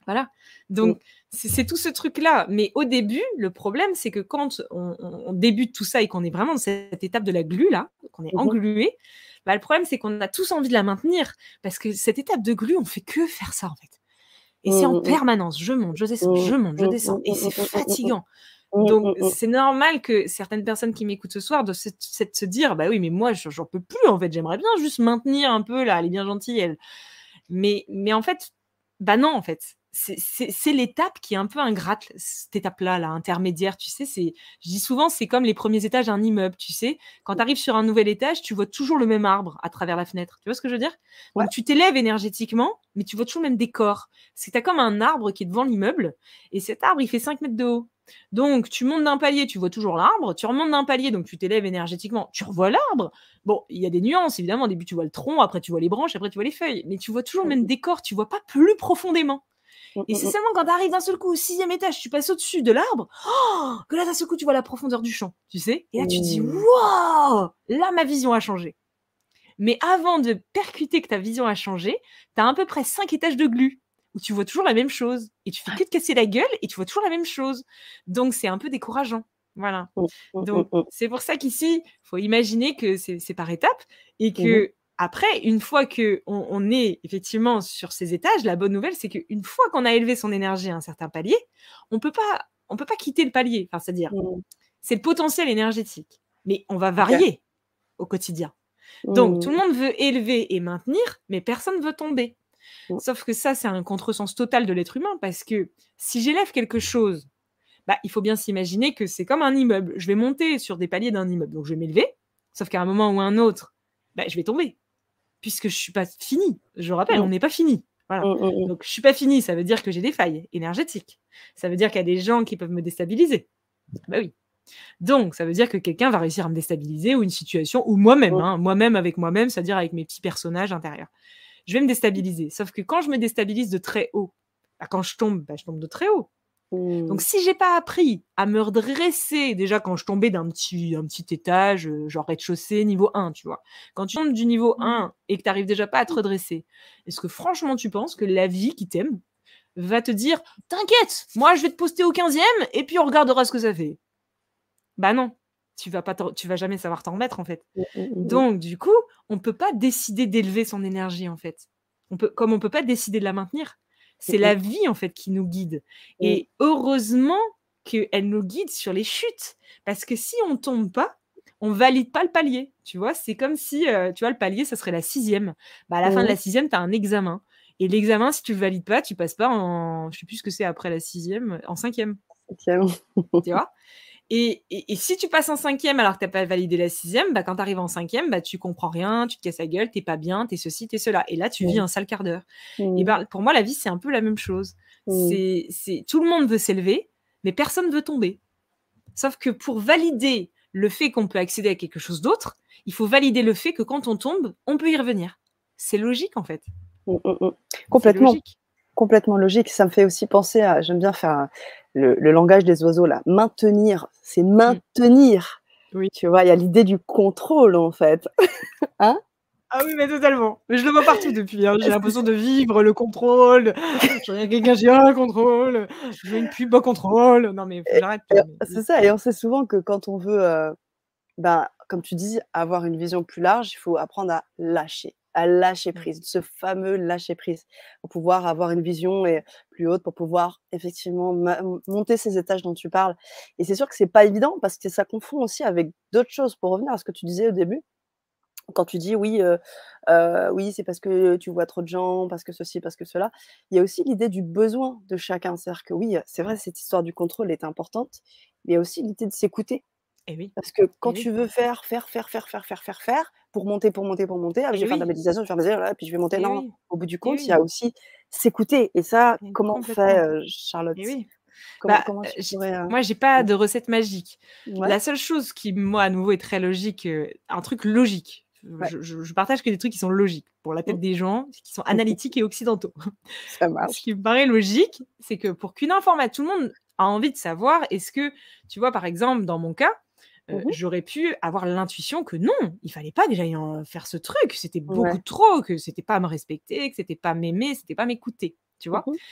Voilà. Mmh. Donc, c'est c'est tout ce truc-là. Mais au début, le problème, c'est que quand on on on débute tout ça et qu'on est vraiment dans cette étape de la glu là, qu'on est Mmh mh. englué, bah, le problème, c'est qu'on a tous envie de la maintenir parce que cette étape de glu, on fait que faire ça, en fait. Et c'est en Mmh mh mh. permanence. Je monte, je descends, Mmh. je monte, je Mmh, descends mmh, et mmh, c'est mmh, mmh, mmh, mmh. fatigant. Mmh, Donc, mmh, mmh. c'est normal que certaines personnes qui m'écoutent ce soir doivent se c'est de se dire: «Bah oui, mais moi, j'en j'en peux plus, en fait. J'aimerais bien juste maintenir un peu là, elle est bien gentille, elle». Mais mais en fait, bah non, en fait. C'est c'est c'est l'étape qui est un peu ingrate, cette étape-là, là, intermédiaire, tu sais? C'est je dis souvent, c'est comme les premiers étages d'un immeuble, tu sais? Quand tu arrives sur un nouvel étage, tu vois toujours le même arbre à travers la fenêtre. Tu vois ce que je veux dire? Ouais. Donc tu t'élèves énergétiquement, mais tu vois toujours le même décor. C'est que tu as comme un arbre qui est devant l'immeuble et cet arbre, il fait cinq mètres de haut. Donc tu montes d'un palier, tu vois toujours l'arbre, tu remontes d'un palier, donc tu t'élèves énergétiquement, tu revois l'arbre. Bon, il y a des nuances évidemment, au début tu vois le tronc, après tu vois les branches, après tu vois les feuilles, mais tu vois toujours le Mmh même mh. décor, tu vois pas plus profondément. Mmh Et mh c'est mh. seulement quand tu arrives d'un seul coup au sixième étage, tu passes au-dessus de l'arbre, oh, que là d'un seul coup tu vois la profondeur du champ, tu sais? Et là tu te dis: Mmh. «Waouh! Là ma vision a changé». Mais avant de percuter que ta vision a changé, tu as à peu près cinq étages de glu, où tu vois toujours la même chose et tu fais Ouais. que te casser la gueule et tu vois toujours la même chose. Donc c'est un peu décourageant. Voilà. Mmh. Mmh, mmh, Donc mmh. c'est pour ça qu'ici, faut imaginer que c'est c'est par étapes et Mmh mh. qu'après, une fois qu'on on est effectivement sur ces étages, la bonne nouvelle, c'est qu'une fois qu'on a élevé son énergie à un certain palier, on peut pas on peut pas quitter le palier. Enfin, c'est-à-dire, Mmh. c'est le potentiel énergétique, mais on va OK. varier au quotidien. Donc tout le Mmh. monde veut élever et maintenir, mais personne veut tomber. Mmh. Sauf que ça, c'est un contresens total de l'être humain parce que si j'élève quelque chose, bah, il faut bien s'imaginer que c'est comme un immeuble. Je vais monter sur des paliers d'un immeuble, donc je vais m'élever, sauf qu'à un moment ou un autre, bah, je vais tomber puisque je suis pas finie. Je rappelle, Mmh. on n'est pas fini. Voilà. Mmh, mmh mh. Donc je suis pas finie, ça veut dire que j'ai des failles énergétiques. Ça veut dire qu'il y a des gens qui peuvent me déstabiliser. Bah oui. Donc ça veut dire que quelqu'un va réussir à me déstabiliser ou une situation ou moi-même, Mmh. hein, moi-même avec moi-même, c'est-à-dire avec mes petits personnages intérieurs. Je vais me déstabiliser. Sauf que quand je me déstabilise de très haut, bah, quand je tombe, bah, je tombe de très haut. Donc Mmh. si j'ai pas appris à me redresser, déjà quand je tombais d'un petit un petit étage, heu, genre rez-de-chaussée niveau un, tu vois? Quand tu tombes du niveau un et que tu arrives déjà pas à te redresser, est-ce que franchement tu penses que la vie qui t'aime va te dire: «T'inquiète, moi je vais te poster au quinzième et puis on regardera ce que ça fait»? Bah non, tu vas pas t'en tu vas jamais savoir t'en remettre en fait. Mmh mh, mmh mh. Donc du coup, on peut pas décider d'élever son énergie en fait. On peut comme on peut pas décider de la maintenir. Mmh C'est la mh. vie en fait qui nous guide Mmh. et heureusement qu'elle nous guide sur les chutes parce que si on tombe pas, on valide pas le palier, tu vois? C'est comme si, heu, tu vois le palier ça serait la sixième. Bah, à la fin de Mmh. la sixième, tu as un examen et l'examen si tu le valides pas, tu passes pas en je sais plus ce que c'est après la sixième, en cinquième, cinquième. tu vois? Et et et si tu passes en cinquième alors que tu as pas validé la sixième, bah, quand tu arrives en cinquième, bah, tu comprends rien, tu te casses la gueule, tu es pas bien, tu es ceci, tu es cela et là tu vis Mmh. un sale quart d'heure. Et Mmh. ben, pour moi la vie c'est un peu la même chose. Mmh. C'est c'est tout le monde veut s'élever, mais personne veut tomber. Sauf que pour valider le fait qu'on peut accéder à quelque chose d'autre, il faut valider le fait que quand on tombe, on peut y revenir. C'est logique en fait, Mmh, mmh mh. c'est Complètement, logique. complètement logique. Ça me fait aussi penser à j'aime bien faire le le langage des oiseaux là. Maintenir, c'est Mmh. maintenir. Oui. Tu vois? Il y a l'idée du contrôle en fait. Hein? Ah oui, mais totalement. Mais je le vois partout depuis, hein. J'ai l'impression de vivre le contrôle. Je regarde quelqu'un, je dis: «Ah contrôle, je veux une pub au contrôle». Non mais il faut que Et j'arrête et toi, mais c'est ça et on sait souvent que quand on veut, heu, bah, comme tu dis, avoir une vision plus large, il faut apprendre à lâcher, à lâcher mmh, prise, ce fameux lâcher prise, pour pouvoir avoir une vision et plus haute, pour pouvoir effectivement ma monter ces étages dont tu parles et c'est sûr que c'est pas évident parce que ça confond aussi avec d'autres choses. Pour revenir à ce que tu disais au début, quand tu dis: «Oui, heu heu, oui, c'est parce que tu vois trop de gens, parce que ceci, parce que cela». Il y a aussi l'idée du besoin de chacun. C'est-à-dire que oui, c'est vrai, cette histoire du contrôle est importante, mais il y a aussi l'idée de s'écouter. et oui, Parce que quand et tu oui, veux faire, faire, faire, faire, faire, faire, faire, faire, pour monter, pour monter, pour monter: «Ah, je et vais faire de la oui, méditation, je vais faire des voilà, puis je vais monter». et Non, non, oui, au bout du et compte, il y oui, a aussi s'écouter et ça, et comment fait, complètement, heu, et Charlotte? oui. Comment Bah, comment heu, tu j pourrais, heu moi j'ai pas mmh, de recette magique. ouais, La seule chose qui, moi, à nouveau est très logique, heu, un truc logique. ouais, Je je je partage que des trucs qui sont logiques pour la mmh, tête des gens, qui sont analytiques et occidentaux. ça Ce marche. qui me paraît logique, c'est que pour qu'une informa tout le monde a envie de savoir, est-ce que, tu vois, par exemple, dans mon cas, heu, Mmh. j'aurais pu avoir l'intuition que non, il fallait pas que j'aille en faire ce truc, c'était beaucoup Ouais. trop, que c'était pas me respecter, que c'était pas m'aimer, c'était pas m'écouter, tu vois? Mmh.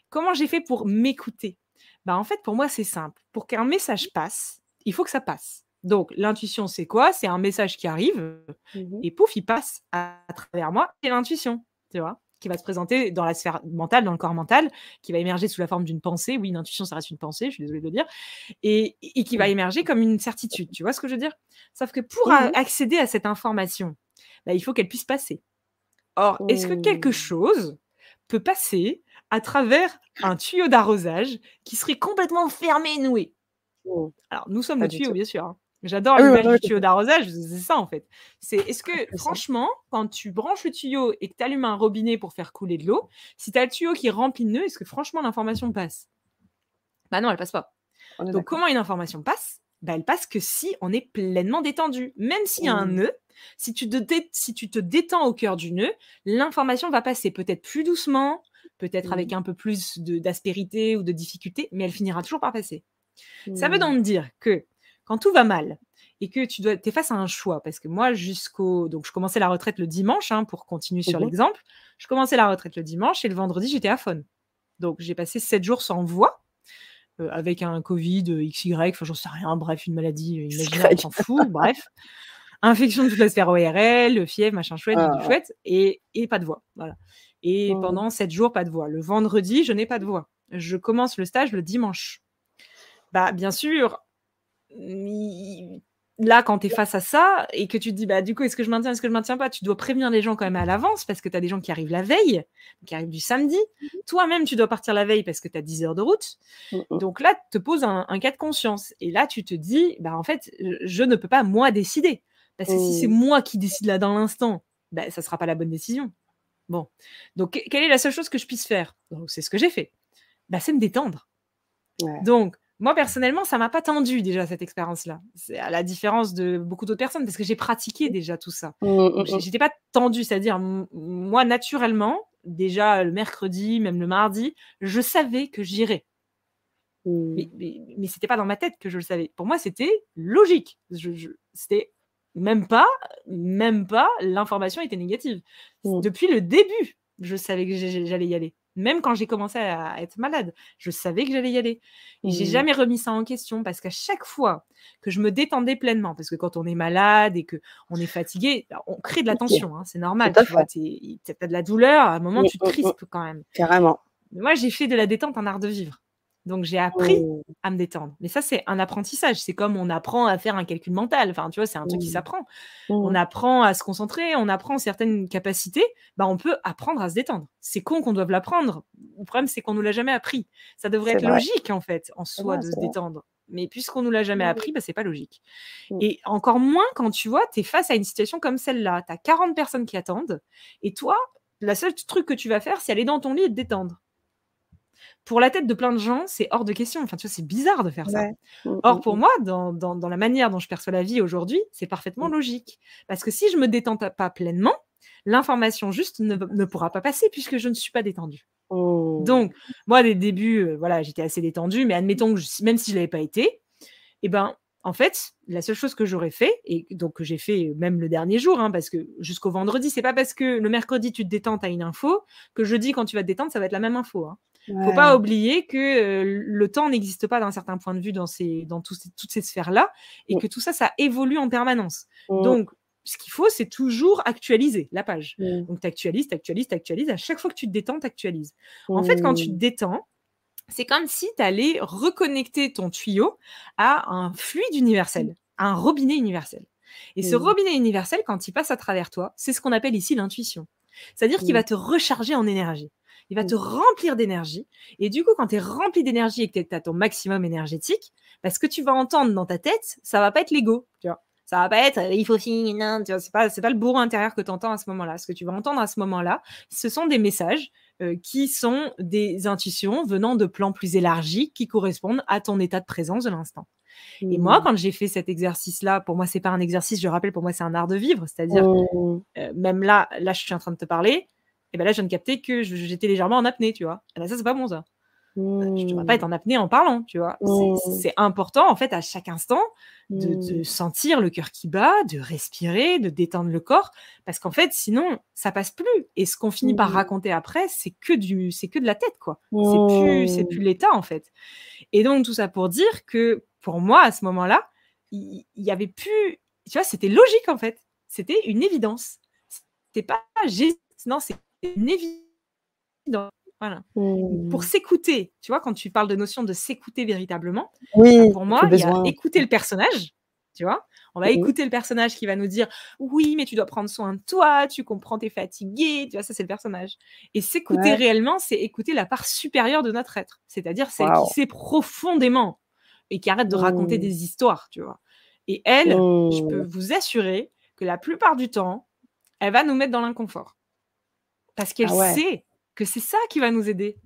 comment j'ai fait pour m'écouter? Bah, en fait, pour moi, c'est simple. Pour qu'un message passe, il faut que ça passe. Donc, l'intuition, c'est quoi? C'est un message qui arrive Mmh. et pouf, il passe à travers moi. C'est l'intuition, tu vois? Qui va se présenter dans la sphère mentale, dans le corps mental, qui va émerger sous la forme d'une pensée. Oui, une intuition, ça reste une pensée, je suis désolée de le dire, et et qui va émerger comme une certitude. Tu vois ce que je veux dire? Sauf que pour a Mmh. accéder à cette information, bah, il faut qu'elle puisse passer. Or, est-ce que quelque Mmh. chose peut passer à travers un tuyau d'arrosage qui serait complètement fermé et noué? Mmh. Alors, nous sommes Pas le du tuyau, tout. bien sûr, hein. J'adore Ah oui, l'image ouais, du ouais, tuyau d'arrosage, c'est ça, en fait. C'est est-ce que c'est ça. franchement, quand tu branches le tuyau et que tu allumes un robinet pour faire couler de l'eau, si tu as le tuyau qui est rempli de nœuds, est-ce que franchement l'information passe? Bah non, elle passe pas. On est Donc d'accord. comment une information passe? Bah, elle passe que si on est pleinement détendu. Même s'il y a un Mmh. nœud, si tu te dé si tu te détends au cœur du nœud, l'information va passer peut-être plus doucement, peut-être Mmh. avec un peu plus de d'aspérité ou de difficulté, mais elle finira toujours par passer. Ça veut Mmh. donc dire que quand tout va mal et que tu dois tu es face à un choix, parce que moi jusqu'au donc je commençais la retraite le dimanche, hein, pour continuer sur Mmh mh. l'exemple. Je commençais la retraite le dimanche et le vendredi, j'étais à aphone. Donc j'ai passé sept jours sans voix, heu, avec un Covid, heu, X Y, enfin j'en sais rien, bref, une maladie, heu, C'est imaginaire, on grec. s'en fout, bref. Infection de toute la sphère O R L, fièvre, machin chouette, bidule Ah. chouette et et pas de voix, voilà. Et Mmh. pendant sept jours, pas de voix. Le vendredi, je n'ai pas de voix. Je commence le stage le dimanche. Bah, bien sûr, i là, quand tu es face à ça et que tu te dis: «Bah, du coup, est-ce que je maintiens, est-ce que je maintiens pas?» Tu dois prévenir les gens quand même à l'avance parce que tu as des gens qui arrivent la veille, qui arrivent du samedi. Toi-même, tu dois partir la veille parce que tu as dix heures de route. Mmh mh. Donc là, te pose un un cas de conscience et là, tu te dis: «Bah, en fait, heu, je ne peux pas moi décider». Parce que si c'est Mmh. moi qui décide là dans l'instant, bah, ça sera pas la bonne décision. Bon, donc que quelle est la seule chose que je puisse faire? Donc c'est ce que j'ai fait. Bah, c'est me détendre. Ouais. Donc, moi personnellement, ça m'a pas tendu déjà cette expérience-là. C'est à la différence de beaucoup d'autres personnes parce que j'ai pratiqué déjà tout ça. Mmh Donc mh j'ai mh. j'étais pas tendue, c'est-à-dire m moi naturellement, déjà le mercredi, même le mardi, je savais que j'irais. Mais Mmh. mais mais c'était pas dans ma tête que je le savais. Pour moi, c'était logique. Je je c'était même pas même pas l'information était négative. C Mmh. depuis le début, je savais que j'ai j'ai j'allais y aller. Même quand j'ai commencé à être malade, je savais que j'allais y aller et j'ai Mmh. jamais remis ça en question parce qu'à chaque fois que je me détendais pleinement, parce que quand on est malade et qu'on est fatigué, bah, on crée de la OK. tension, hein, c'est Tout normal, à tu vois? fait. Tu es tu as de la douleur, à un moment, Mmh tu te mh mh. crispes quand même. Carrément. Moi, j'ai fait de la détente un art de vivre. Donc j'ai appris Mmh. à me détendre. Mais ça, c'est un apprentissage. C'est comme on apprend à faire un calcul mental. Enfin, tu vois, c'est un truc qui Mmh. s'apprend. On Mmh. apprend à se concentrer, on apprend certaines capacités, bah, on peut apprendre à se détendre. C'est con qu'on doive l'apprendre. Le problème, c'est qu'on nous l'a jamais appris. Ça devrait C'est être vrai. logique, en fait, en C'est soi, vrai, de se c'est vrai. détendre. Mais puisqu'on nous l'a jamais Mmh. appris, bah, c'est pas logique. Mmh. Et encore moins quand tu vois, tu es face à une situation comme celle-là. Tu as quarante personnes qui attendent et toi, la seule truc que tu vas faire, c'est aller dans ton lit et te détendre. Pour la tête de plein de gens, c'est hors de question. Enfin, tu vois, c'est bizarre de faire ça. Ouais. Mmh Or, mh pour mh. moi, dans dans dans la manière dont je perçois la vie aujourd'hui, c'est parfaitement Mmh. logique. Parce que si je me détends ta pas pleinement, l'information juste ne ne pourra pas passer puisque je ne suis pas détendue. Mmh. Donc, moi, dès le début, heu, voilà, j'étais assez détendue, mais admettons que j même si je l'avais pas été, et ben, en fait, la seule chose que j'aurais fait et donc que j'ai fait même le dernier jour, hein, parce que jusqu'au vendredi, c'est pas parce que le mercredi tu te détends, tu as une info, que jeudi quand tu vas te détendre, ça va être la même info, hein. Faut pas Ouais. oublier que, heu, le temps n'existe pas d'un certain point de vue dans ces dans tous ces toutes ces sphères-là et Mmh. que tout ça, ça évolue en permanence. Mmh. Donc ce qu'il faut, c'est toujours actualiser la page. Mmh. Donc tu actualises, tu actualises, tu actualises. À chaque fois que tu te détends, tu actualises. En fait, quand tu te Mmh. détends, c'est comme si tu allais reconnecter ton tuyau à un fluide universel, à un robinet universel. Et ce Mmh. robinet universel, quand il passe à travers toi, c'est ce qu'on appelle ici l'intuition. C'est-à-dire qu'il Mmh. va te recharger en énergie. Il va Mmh. te remplir d'énergie. Et du coup, quand tu es rempli d'énergie et que tu es à ton maximum énergétique, bah, ce que tu vas entendre dans ta tête, ça va pas être l'ego, tu vois. Ça va pas être euh, il faut finir, non, tu vois, c'est pas c'est pas le bourreau intérieur que tu entends à ce moment-là. Ce que tu vas entendre à ce moment-là, ce sont des messages euh, qui sont des intuitions venant de plans plus élargis qui correspondent à ton état de présence de l'instant. Et moi, Mmh. quand j'ai fait cet exercice-là, pour moi, c'est pas un exercice, je rappelle, pour moi, c'est un art de vivre. C'est-à-dire, Mmh. euh, même là, là, je suis en train de te parler, et ben là, je viens de capter que je- j'étais légèrement en apnée, tu vois. Et ben ça, c'est pas bon, ça. bah, tu ne devrais pas être en apnée en parlant, tu vois. C'est, Mmh. c'est important, en fait, à chaque instant, de, Mmh. de sentir le cœur qui bat, de respirer, de détendre le corps, parce qu'en fait, sinon, ça passe plus. Et ce qu'on finit par Mmh. raconter après, c'est que du, c'est que de la tête, quoi. C'est plus, c'est plus Mmh. l'état, en fait. Et donc, tout ça pour dire que, pour moi, à ce moment-là, il il y avait plus, tu vois, c'était logique, en fait. C'était une évidence. C'était pas j'ai non, c'est une évidence. Voilà. Pour Mmh. s'écouter, tu vois, quand tu parles de notion de s'écouter véritablement, bah, Oui, pour le moi, il y a besoin. écouter le personnage, tu vois? On va Mmh. écouter le personnage qui va nous dire: «Oui, mais tu dois prendre soin de toi, tu comprends, tu es fatigué», tu vois? Ça, c'est le personnage. Et s'écouter Ouais. réellement, c'est écouter la part supérieure de notre être, c'est-à-dire celle qui Waouh. sait profondément et qui arrête de raconter Mmh. des histoires, tu vois? Et elle, je peux Mmh. vous assurer que la plupart du temps, elle va nous mettre dans l'inconfort. Parce qu'elle Ah ouais. sait que c'est ça qui va nous aider,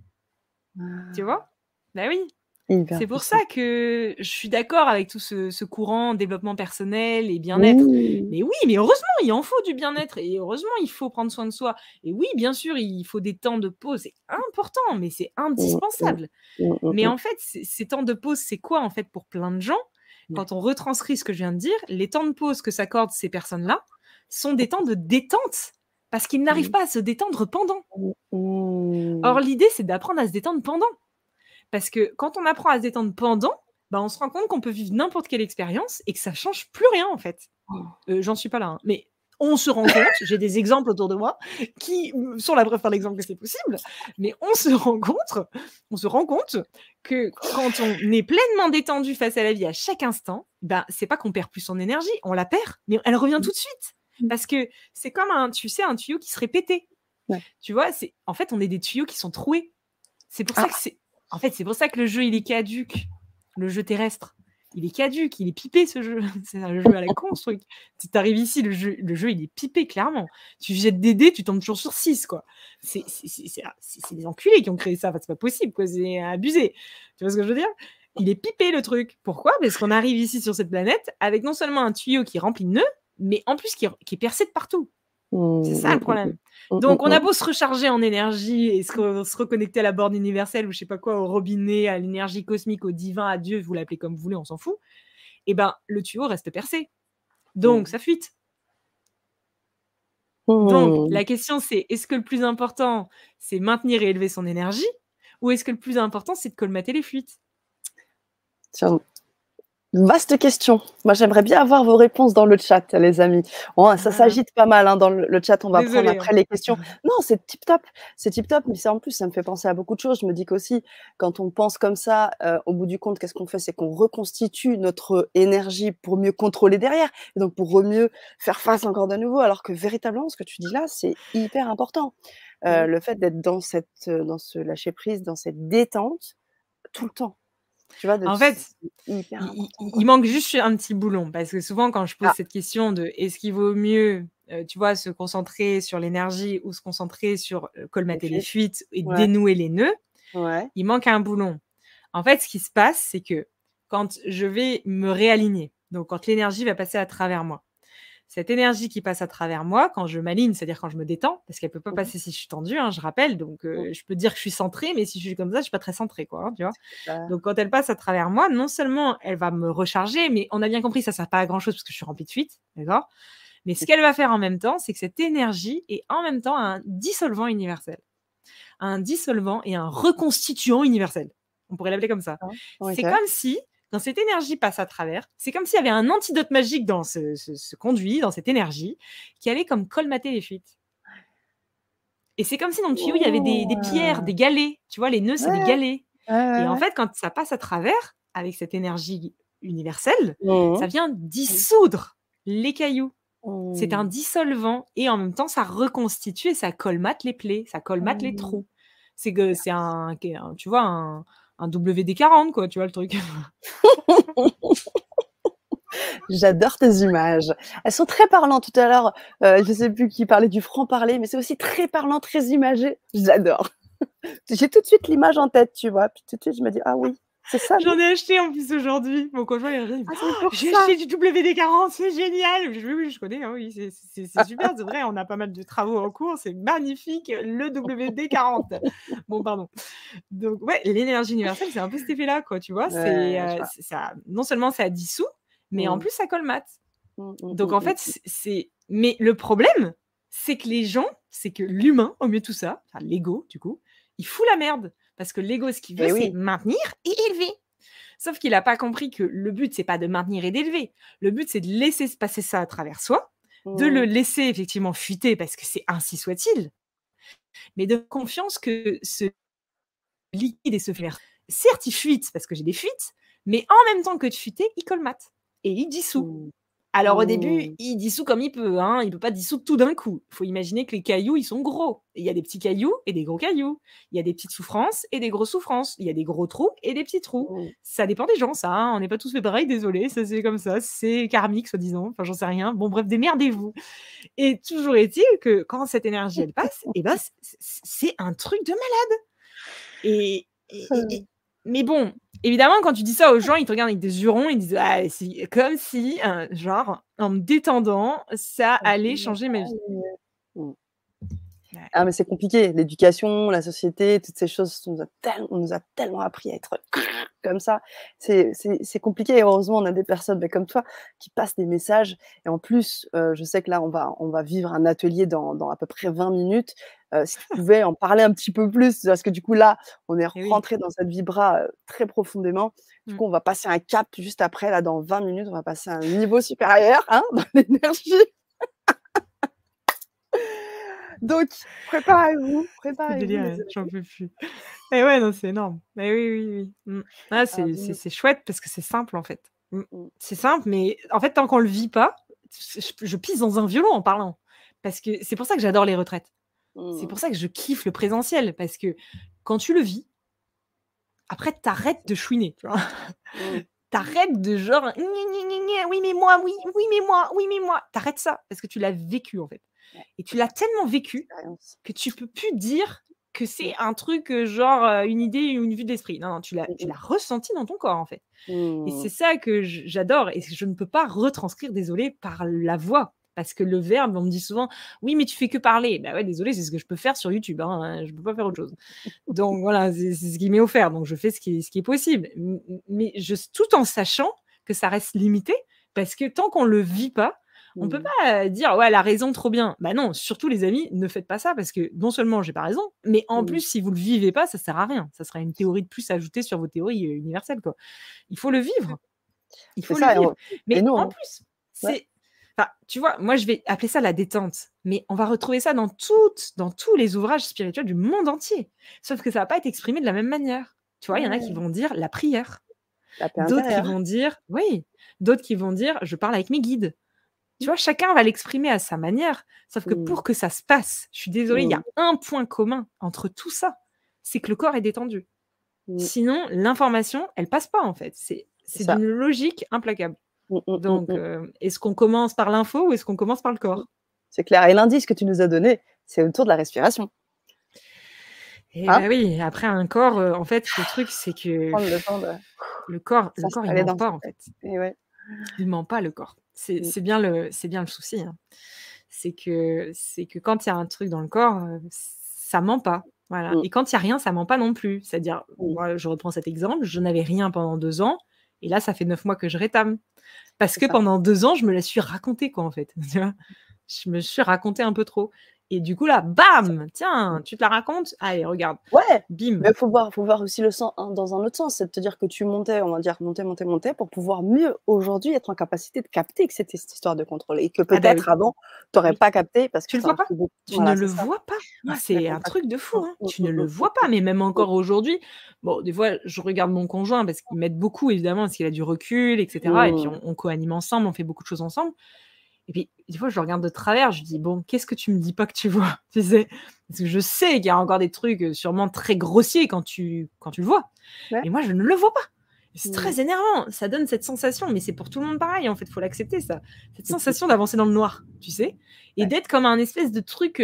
tu Ah. vois? Bah oui. Hyper C'est pour ça puissant. que je suis d'accord avec tout ce ce courant développement personnel et bien-être. Oui. Mais oui, mais heureusement, il en faut du bien-être et heureusement, il faut prendre soin de soi. Et oui, bien sûr, il faut des temps de pause, c'est important, mais c'est Mmh mh. indispensable. Mmh mh Mais mh. en fait, ces ces temps de pause, c'est quoi, en fait, pour plein de gens? Ouais. Quand on retranscrit ce que je viens de dire, les temps de pause que s'accordent ces personnes-là sont des temps de détente parce qu'ils n'arrivent Mmh. pas à se détendre pendant. Mmh. Mmh. Or, l'idée, c'est d'apprendre à se détendre pendant. Parce que quand on apprend à se détendre pendant, bah, on se rend compte qu'on peut vivre n'importe quelle expérience et que ça change plus rien, en fait. Oh. Heu, j'en suis pas là, hein, mais on se rend compte, j'ai des exemples autour de moi qui, mmh, sont la preuve par l'exemple que c'est possible, mais on se rend compte on se rend compte que quand on est pleinement détendu face à la vie à chaque instant, ben, c'est pas qu'on perd plus son énergie, on la perd, mais elle revient Mmh. tout de suite. Mmh. Parce que c'est comme un tu sais, un tuyau qui serait pété. Ouais. Tu vois? C'est en fait, on est des tuyaux qui sont troués. C'est pour ça que Ah! c'est en fait, c'est pour ça que le jeu, il est caduc, le jeu terrestre. Il est caduc, il est pipé ce jeu. C'est un jeu à la con ce truc. Tu tu arrives ici, le jeu le jeu, il est pipé clairement. Tu jettes des dés, tu tombes toujours sur six quoi. C'est c'est c'est c'est ah, c'est c'est des enculés qui ont créé ça, enfin, c'est pas possible quoi, c'est abusé. Tu vois ce que je veux dire? Il est pipé le truc. Pourquoi? Parce qu'on arrive ici sur cette planète avec non seulement un tuyau qui est rempli de nœuds, mais en plus qui est qui est percé de partout. C'est Mmh ça mh le mh mh. problème. Mmh Donc mh on a mh. beau se recharger en énergie et se re se reconnecter à la borne universelle ou je sais pas quoi, au robinet, à l'énergie cosmique, au divin, à Dieu, vous l'appelez comme vous voulez, on s'en fout. Et ben, le tuyau reste percé. Donc Mmh. ça fuite. Donc Mmh. la question c'est, est-ce que le plus important, c'est maintenir et élever son énergie? Ou est-ce que le plus important, c'est de colmater les fuites? Tiens, vaste question. Moi, j'aimerais bien avoir vos réponses dans le chat, les amis. Bon, ça Ah, s'agite pas mal, hein, dans le le chat. On va prendre désolée, après hein. les questions. Non, c'est tip top, c'est tip top, mais ça, en plus, ça me fait penser à beaucoup de choses. Je me dis qu'aussi, quand on pense comme ça, heu, au bout du compte, qu'est-ce qu'on fait? C'est qu'on reconstitue notre énergie pour mieux contrôler derrière et donc pour re mieux faire face encore de nouveau. Alors que véritablement, ce que tu dis là, c'est hyper important. Bah Heu, oui. le fait d'être dans cette, heu, dans ce lâcher prise, dans cette détente tout le temps. Tu vois? De En fait, c'est hyper il il important, il quoi. manque juste un petit boulon parce que souvent quand je pose Ah, cette question de est-ce qu'il vaut mieux, heu, tu vois, se concentrer sur l'énergie ou se concentrer sur, heu, les colmater les fuites. fuites et Ouais, dénouer les nœuds, ouais. il manque un boulon. En fait, ce qui se passe, c'est que quand je vais me réaligner, donc quand l'énergie va passer à travers moi, cette énergie qui passe à travers moi, quand je m'aligne, c'est-à-dire quand je me détends, parce qu'elle peut pas Mmh mh. passer si je suis tendue, hein, je rappelle, donc Mmh. heu, je peux dire que je suis centrée, mais si je suis comme ça, je suis pas très centrée, quoi, hein, tu vois? C'est clair. Donc quand elle passe à travers moi, non seulement elle va me recharger, mais on a bien compris, ça sert pas à grand-chose parce que je suis remplie de fuite, d'accord? Mais ce qu'elle va faire en même temps, c'est que cette énergie est en même temps un dissolvant universel. Un dissolvant et un reconstituant universel. On pourrait l'appeler comme ça. D'accord. C'est OK. comme si, quand cette énergie passe à travers, c'est comme s'il y avait un antidote magique dans ce ce ce conduit, dans cette énergie, qui allait comme colmater les fuites. Et c'est comme si dans le tuyau, il y avait des des pierres, Oh! des galets. Tu vois, les nœuds, c'est des Ouais, galets. ouais, ouais, Et en ouais. fait, quand ça passe à travers, avec cette énergie universelle, Mmh ça mh. vient Mmh. dissoudre les cailloux. C'est un Mmh. dissolvant et en même temps, ça reconstitue et ça colmate les plaies, ça colmate les Mmh. trous. C'est que c'est un qu un tu vois, un un W D quarante quoi, tu vois le truc? J'adore tes images. Elles sont très parlantes. Tout à l'heure, heu, je sais plus qui parlait du franc-parler, mais c'est aussi très parlant, très imagé. J'adore. J'ai tout de suite l'image en tête, tu vois? Puis tout de suite, je me dis: «Ah oui». C'est ça, non? J'en ai acheté en plus aujourd'hui. Mon conjoint il arrive: Ah, c'est «Oh, pour j'ai ça! acheté du W D quarante, c'est génial!» Je dis: «Oui, oui, je connais, hein, oui, c'est c'est c'est super, c'est vrai, on a pas mal de travaux en cours, c'est magnifique, le W D quarante». Bon, pardon. Donc ouais, l'énergie universelle, c'est un peu cet effet-là, quoi, tu vois? C'est, Ouais, je heu, vois. c'est ça non seulement ça dissout, mais en Mmh. plus ça colmate. Mmh, mmh, Donc mmh, en mmh, fait, mmh. c c'est mais le problème, c'est que les gens, c'est que l'humain, au milieu de tout ça, enfin l'ego du coup, il fout la merde. Parce que l'ego, ce qu'il veut, Et c'est oui. maintenir et élever. Sauf qu'il a pas compris que le but, c'est pas de maintenir et d'élever. Le but, c'est de laisser se passer ça à travers soi, de le Mmh. laisser effectivement fuiter parce que c'est ainsi soit-il, mais de confiance que ce liquide et ce flair, certes, il fuite parce que j'ai des fuites, mais en même temps que de fuiter, il colmate et il dissout. Mmh. Alors au début, Mmh. il dissout comme il peut, hein, il peut pas dissoudre tout d'un coup. Il faut imaginer que les cailloux, ils sont gros. Et il y a des petits cailloux et des gros cailloux. Il y a des petites souffrances et des grosses souffrances. Il y a des gros trous et des petits trous. Mmh. Ça dépend des gens, ça, hein, on n'est pas tous fait pareil, désolé, ça c'est comme ça, c'est karmique soi-disant, enfin j'en sais rien. Bon bref, démerdez-vous. Et toujours est-il que quand cette énergie elle passe, et ben c c c'est un truc de malade. Et et et et Heu. mais bon, évidemment, quand tu dis ça aux gens, ils te regardent avec des yeux ronds, ils disent: «Ah si», comme si, heu, genre, en me détendant, ça allait changer ma vie. Mmh. Ouais. Ah mais c'est compliqué, l'éducation, la société, toutes ces choses on nous a tel on nous a tellement appris à être comme ça. C'est c'est c'est compliqué et heureusement, on a des personnes, bah, comme toi qui passent des messages et en plus, heu, je sais que là, on va on va vivre un atelier dans dans à peu près vingt minutes. Heu, si tu pouvais en parler un petit peu plus parce que du coup là, on est Et oui. rentrés dans cette vibra, heu, très profondément. Du Mmh. coup, on va passer un cap juste après là, dans vingt minutes, on va passer à un niveau supérieur, hein, dans l'énergie. Donc préparez-vous, C'est préparez-vous délire, les ouais, j'en amis. peux plus. Et ouais, non, c'est énorme. Mais oui, oui, oui. Mmh. Ah, Alors c'est c'est dis-nous c'est chouette parce que c'est simple, en fait. Mmh. Mmh. C'est simple, mais en fait, tant qu'on le vit pas, je je pisse dans un violon en parlant. Parce que c'est pour ça que j'adore les retraites. C'est Mmh. pour ça que je kiffe le présentiel, parce que quand tu le vis après tu arrêtes de chouiner, tu vois? Mmh. Tu arrêtes de genre: «Gna gna gna gna, oui mais moi, oui, oui mais moi, oui mais moi». Tu arrêtes ça, parce que tu l'as vécu, en fait. Ouais, Et tu c'est l'as ça. tellement vécu Expérience. que tu peux plus dire que Mmh. c'est un truc, heu, genre, heu, une idée ou une vue de l'esprit. Non, non, tu l'as Mmh tu mh. l'as ressenti dans ton corps, en fait. Et c'est Mmh. ça que j j'adore et je ne peux pas retranscrire, désolée, par la voix. Parce que le verbe, on me dit souvent: «Oui, mais tu fais que parler». Bah ouais, désolée, c'est ce que je peux faire sur YouTube, hein, je peux pas faire autre chose. Donc voilà, c'est c'est ce qui m'est offert, donc je fais ce qui est ce qui est possible. M m mais je tout en sachant que ça reste limité, parce que tant qu'on le vit pas, on peut Mmh. pas dire: «Ouais, elle a raison, trop bien». Bah non, surtout les amis, ne faites pas ça parce que non seulement j'ai pas raison, mais en plus, Mmh. si vous le vivez pas, ça sert à rien. Ça sera une théorie de plus ajoutée sur vos théories, heu, universelles, quoi. Il faut le vivre. Il C'est faut le ça et vivre. on et Mais nous en on plus, ouais. c'est enfin, tu vois, moi, je vais appeler ça la détente, mais on va retrouver ça dans toutes dans tous les ouvrages spirituels du monde entier. Sauf que ça va pas être exprimé de la même manière. Tu vois, il y en a qui Ouais. vont dire la prière, La paix d'autres qui intérieure. vont dire oui, d'autres qui vont dire: «Je parle avec mes guides». Tu vois, chacun va l'exprimer à sa manière, sauf que Mmh. pour que ça se passe, je suis désolée, il y Mmh. a un point commun entre tout ça, c'est que le corps est détendu. Mmh. Sinon, l'information, elle passe pas, en fait. C'est C'est c'est ça. d'une logique implacable. Mmh mh, mmh Donc, mh. heu, est-ce qu'on commence par l'info ou est-ce qu'on commence par le Mmh. corps? C'est clair et l'indice que tu nous as donné, c'est autour de la respiration. Eh Hein? bah oui, après un corps, heu, en fait, le truc, c'est que Prendre le temps de le corps le corps, il s'installer ment dans pas, sa en tête fait. et ouais. Il ment pas le corps. C'est Mmh. c'est bien le c'est bien le souci, hein. C'est que c'est que quand il y a un truc dans le corps, heu, ça ment pas, voilà. Mmh. Et quand il y a rien, ça ment pas non plus. C'est-à-dire, Mmh. moi, je reprends cet exemple, je n'avais rien pendant deux ans et là, ça fait neuf mois que je rétame. Parce C'est que ça. pendant deux ans, je me la suis racontée, quoi, en fait, tu vois? Je me suis raconté un peu trop et du coup là, Ça bam! mmh. Tiens, tu te la racontes? Allez, regarde, Ouais, bim! mais faut voir faut voir aussi le sens hein, dans un autre sens. C'est de te dire que tu montais, on va dire, montais, montais, montais pour pouvoir mieux aujourd'hui être en capacité de capter que c'était cette histoire de contrôle et que Ah bah peut-être oui, avant, tu aurais oui. pas capté parce que Tu le tu vois aurais pas? pris beaucoup Tu ne voilà, le c'est ça. vois pas. Mais Ouais, la c'est un truc compassion. de fou, Mmh, hein. mmh, Tu mmh, ne le mmh, mmh, vois pas, mais même mmh. encore aujourd'hui, bon, des fois, je regarde mon conjoint parce qu'il m'aide beaucoup évidemment, parce qu'il a du recul et cetera et puis Mmh. on on coanime ensemble, on fait beaucoup de choses ensemble et puis des fois, je le regarde de travers, je lui dis: «Bon, qu'est-ce que tu me dis pas que tu vois?» Tu sais? Parce que je sais qu'il y a encore des trucs, heu, sûrement très grossiers quand tu quand tu le vois, Ouais. mais moi, je ne le vois pas. C'est Mmh. très énervant, ça donne cette sensation, mais c'est pour tout le monde pareil, en fait, faut l'accepter ça. Cette sensation d'avancer dans le noir, tu sais? Et Ouais. d'être comme un espèce de truc, heu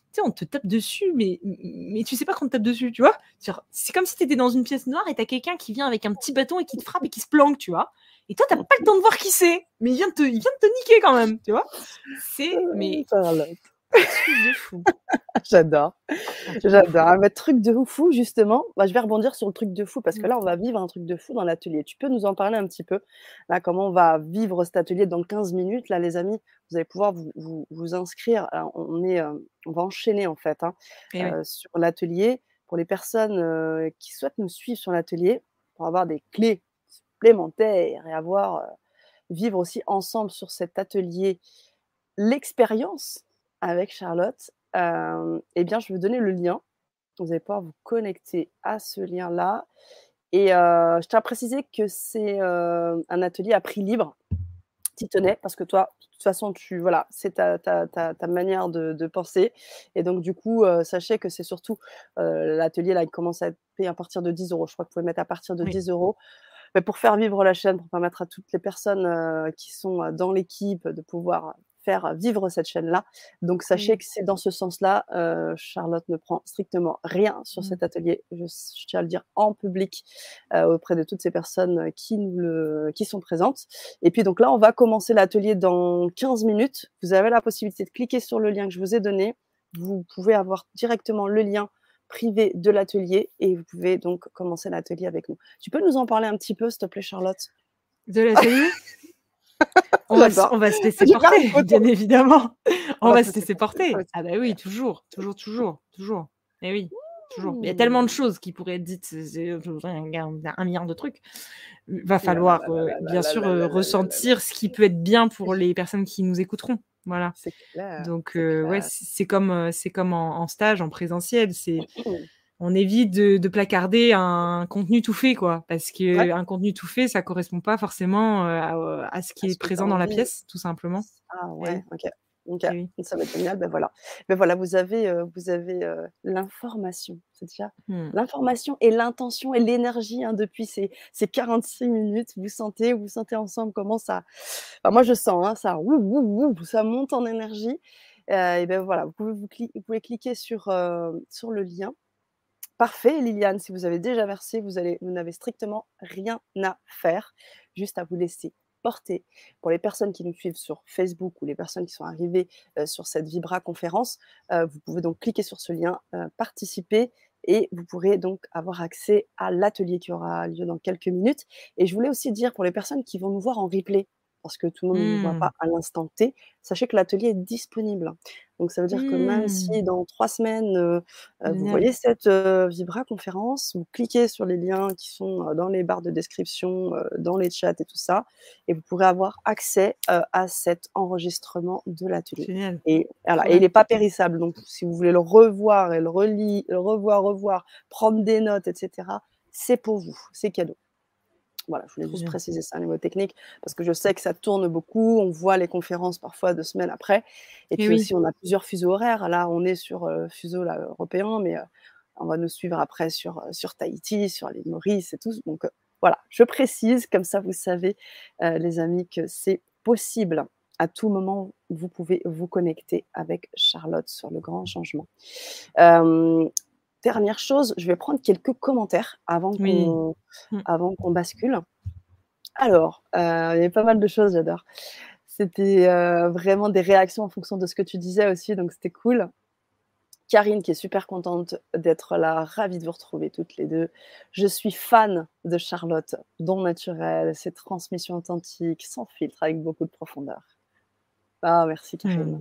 sais, on te tape dessus, mais, mais tu sais pas qu'on te tape dessus, tu vois. C'est comme si tu étais dans une pièce noire et tu as quelqu'un qui vient avec un petit bâton et qui te frappe et qui se planque, tu vois. Et toi, tu n'as pas le temps de voir qui c'est, mais il vient, de te, il vient de te niquer quand même, tu vois. C'est mais Charlotte. truc de fou. J'adore. Un truc de fou. J'adore. Ah, bah, truc de fou, justement, bah, je vais rebondir sur le truc de fou parce que Mmh. là, on va vivre un truc de fou dans l'atelier. Tu peux nous en parler un petit peu? Là, comment on va vivre cet atelier dans quinze minutes? Là, les amis, vous allez pouvoir vous vous vous inscrire. Alors, on est, heu, on va enchaîner en fait, hein, Et oui. heu, sur l'atelier. Pour les personnes, heu, qui souhaitent nous suivre sur l'atelier, pour avoir des clés supplémentaires et avoir, heu, vivre aussi ensemble sur cet atelier l'expérience avec Charlotte, hem, et bien, je vais vous donner le lien. Vous allez pouvoir vous connecter à ce lien-là et heu, je tiens à préciser que c'est, heu, un atelier à prix libre. Tu y tenais parce que toi, de toute façon, tu voilà, c'est ta ta ta ta manière de de penser et donc du coup, heu, sachez que c'est surtout, heu, l'atelier là, il commence à être payé à partir de dix euros. Je crois que vous pouvez mettre à partir de Oui. dix euros. Mais pour faire vivre la chaîne, pour permettre à toutes les personnes, heu, qui sont, heu, dans l'équipe de pouvoir faire vivre cette chaîne-là. Donc sachez Oui. que c'est dans ce sens-là, heu, Charlotte ne prend strictement rien sur Mmh. cet atelier. Je s je tiens à le dire en public, heu, auprès de toutes ces personnes, qui nous le qui sont présentes et puis donc là, on va commencer l'atelier dans quinze minutes. Vous avez la possibilité de cliquer sur le lien que je vous ai donné. Vous pouvez avoir directement le lien privé de l'atelier et vous pouvez donc commencer l'atelier avec nous. Tu peux nous en parler un petit peu, s'il te plaît, Charlotte? De l'atelier? On va se J'adore. on va se laisser J'ai pas porter, bien évidemment. On On va va se se laisser laisser porter. On va porter. se Ah bah laisser oui, porter. toujours, toujours, toujours, toujours. Et oui, toujours. Il y a tellement de Mmh. choses qui pourraient être dites, c'est c'est un milliard de trucs. Va Oh là là falloir, là heu, là là bien là sûr, là heu, là là là là là. ressentir ce qui peut être bien pour les personnes qui nous écouteront. Voilà. C'est clair, Donc c'est heu, ouais, clair. c c'est comme, heu, c'est comme en en stage, en présentiel. C'est Mmh. on évite de de placarder un contenu tout fait, quoi, parce Ouais. qu'un contenu tout fait, ça correspond pas forcément, heu, à, heu, à ce qui À est ce que tu as présent dans la envie. pièce, tout simplement. Ah Et ouais, oui, OK. OK. et oui. Ça va être génial, ben voilà. Ben voilà, vous avez, heu, vous avez, heu, l'information. C'est déjà Mmh. l'information et l'intention et l'énergie, hein, depuis ces ces quarante-six minutes. Vous sentez vous sentez ensemble comment ça enfin moi je sens, hein, ça wouh, wouh, wouh, ça monte en énergie, heu et ben voilà, vous pouvez vous cli vous pouvez cliquer sur, heu, sur le lien. Parfait, Liliane, si vous avez déjà versé, vous allez vous n'avez strictement rien à faire, juste à vous laisser porter. Pour les personnes qui nous suivent sur Facebook ou les personnes qui sont arrivées, heu, sur cette Vibra conférence, heu, vous pouvez donc cliquer sur ce lien, heu, participer et vous pourrez donc avoir accès à l'atelier qui aura lieu dans quelques minutes et je voulais aussi dire pour les personnes qui vont nous voir en replay, parce que tout le monde ne nous voit Mmh. pas à l'instant T, sachez que l'atelier est disponible. Donc ça veut dire que même Mmh. si dans trois semaines, heu heu, vous Génial. voyez cette, heu, Vibra conférence, vous cliquez sur les liens qui sont, heu, dans les barres de description, heu, dans les chats et tout ça et vous pourrez avoir accès, heu, à cet enregistrement de l'atelier Génial. et voilà Trop et il bien. est pas périssable donc si vous voulez le revoir et le reli le revoir, revoir, prendre des notes et cetera, c'est pour vous, c'est cadeau. Voilà, je voulais Trop juste bien. préciser ça au niveau technique parce que je sais que ça tourne beaucoup. On voit les conférences parfois deux semaines après et Et puis oui. aussi on a plusieurs fuseaux horaires. Là, on est sur, heu, fuseau là, européen, mais heu, on va nous suivre après sur, heu, sur Tahiti, sur l'île Maurice et tout donc heu, voilà, je précise comme ça vous savez, heu, les amis que c'est possible. À tout moment, vous pouvez vous connecter avec Charlotte sur le grand changement. Hem, dernière chose, je vais prendre quelques commentaires avant Oui. qu'on Mmh. avant qu'on bascule. Alors, heu, il y a pas mal de choses, j'adore. C'était, heu, vraiment des réactions en fonction de ce que tu disais aussi, donc c'était cool. Karine qui est super contente d'être là, ravie de vous retrouver toutes les deux. Je suis fan de Charlotte, don naturel, ses transmissions authentiques, sans filtre, avec beaucoup de profondeur. Ah merci Karine. Mmh.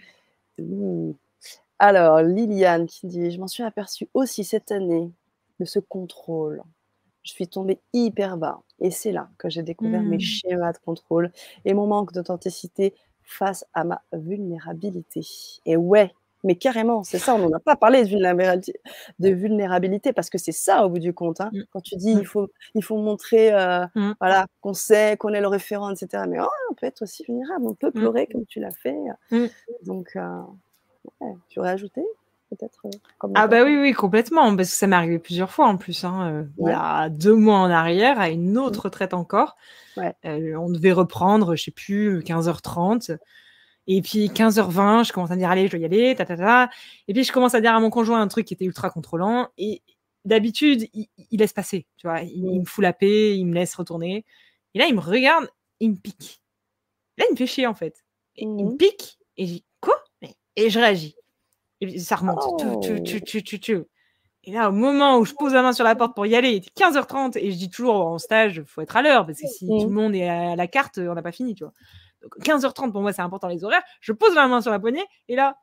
Ouh. Alors Liliane qui dit: «Je m'en suis aperçue aussi cette année de ce contrôle. Je suis tombée hyper bas et c'est là que j'ai découvert mes Mmh. schémas de contrôle et mon manque d'authenticité face à ma vulnérabilité» et ouais, mais carrément, c'est ça, on n'en a pas parlé de vulnérabilité de vulnérabilité parce que c'est ça au bout du compte, hein. Mmh. Quand tu dis: Mmh. «Il faut il faut montrer, heu, Mmh. voilà, qu'on sait, qu'on est le référent et cetera», mais oh, on peut être aussi vulnérable, on peut Mmh. pleurer comme tu l'as fait, Mmh. donc heu, ouais, tu aurais ajouté peut-être, heu, Ah commentaire? bah, oui, oui, complètement, parce que ça m'est arrivé plusieurs fois en plus, hein, heu, il y Ouais. a deux mois en arrière, à une Mmh. autre retraite encore, Ouais. heu, on devait reprendre, je sais plus, quinze heures trente Et puis quinze heures vingt, je commence à me dire: «Allez, je dois y aller, ta ta ta». Et puis je commence à dire à mon conjoint un truc qui était ultra contrôlant et d'habitude, il il laisse passer, tu vois? Il il Mmh. me fout la paix, il me laisse retourner et là, il me regarde, il me pique. Là, il me fait chier, en fait. Et il Mmh me mh. pique et je dis: «Quoi?» mais et je réagis et puis ça remonte, tu tu tu Oh! tu tu tu et là, au moment où je pose la main sur la porte pour y aller, il était quinze heures trente et je dis toujours en stage, faut être à l'heure parce que si tout Mmh. le monde est à la carte, on n'a pas fini, tu vois? Donc quinze heures trente pour moi, c'est important les horaires. Je pose la main sur la poignée et là,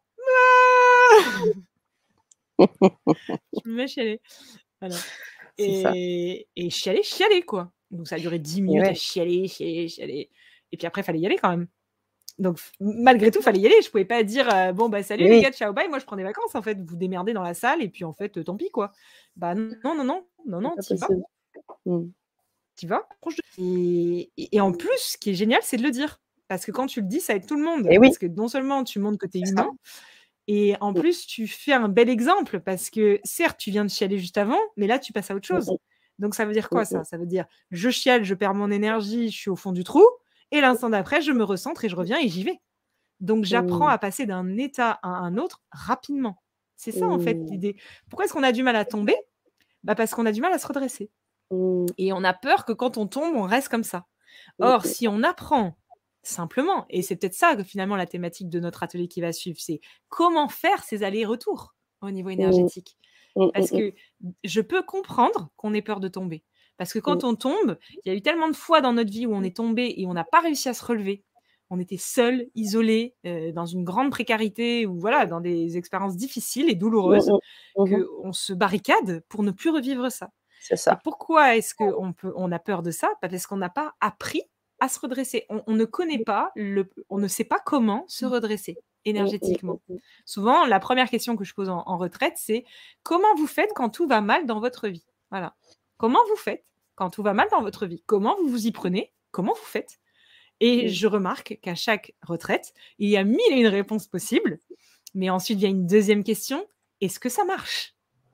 je me mets à chialer. Voilà C'est ça. et et chialer, chialer, quoi. Donc ça a duré dix Et minutes à ouais. chialer, chialer, chialer et puis après, il fallait y aller quand même. Donc f malgré tout, il fallait y aller. Je pouvais pas dire, heu: «Bon, bah, salut Et les oui. gars, ciao, bye, moi je prends des vacances, en fait, vous vous démerdez dans la salle et puis en fait, heu, tant pis, quoi». Bah, non, non, non, non, C'est non, pas tu y vas possible. Mmh. tu y vas, proche de et et et en plus, ce qui est génial, c'est de le dire. Parce que quand tu le dis, ça aide tout le monde. Et oui, Parce que non seulement tu montres que tu es c'est ça. humain et en Mmh. plus, tu fais un bel exemple parce que certes, tu viens de chialer juste avant, mais là, tu passes à autre Mmh chose. mh. Donc ça veut dire Mmh quoi mh. ça? Ça veut dire: je chiale, je perds mon énergie, je suis au fond du trou et l'instant d'après, je me recentre et je reviens et j'y vais. Donc j'apprends Mmh. à passer d'un état à un autre rapidement. C'est ça, en fait, Mmh. l'idée. Pourquoi est-ce qu'on a du mal à tomber? Bah, parce qu'on a du mal à se redresser Mmh. et on a peur que quand on tombe, on reste comme ça. Mmh Or, mh. si on apprend simplement et c'est peut-être ça que finalement la thématique de notre atelier qui va suivre, c'est comment faire ces allers-retours au niveau Mmh. énergétique. Mmh mh Parce mh. que je peux comprendre qu'on ait peur de tomber. Parce que Mmh. quand on tombe, il y a eu tellement de fois dans notre vie où on est tombé et on n'a pas réussi à se relever. On était seul, isolé, heu, dans une grande précarité ou voilà, dans des expériences difficiles et Mmh douloureuses, mh. Mmh mh. qu'on se barricade pour ne plus revivre ça. C'est Et ça. pourquoi est-ce qu'on peut on a peur de ça? Bah, parce qu'on n'a pas appris à se redresser. On on ne connaît pas le on ne sait pas comment se redresser Mmh mh énergétiquement. mh mh. Souvent, la première question que je pose en en retraite, c'est: «Comment vous faites quand tout va mal dans votre vie?» Voilà. Comment vous faites quand tout va mal dans votre vie? Comment vous vous y prenez? Comment vous faites? Et Mmh. je remarque qu'à chaque retraite, il y a mille et une réponses possibles, mais ensuite vient une deuxième question: «Est-ce que ça marche?»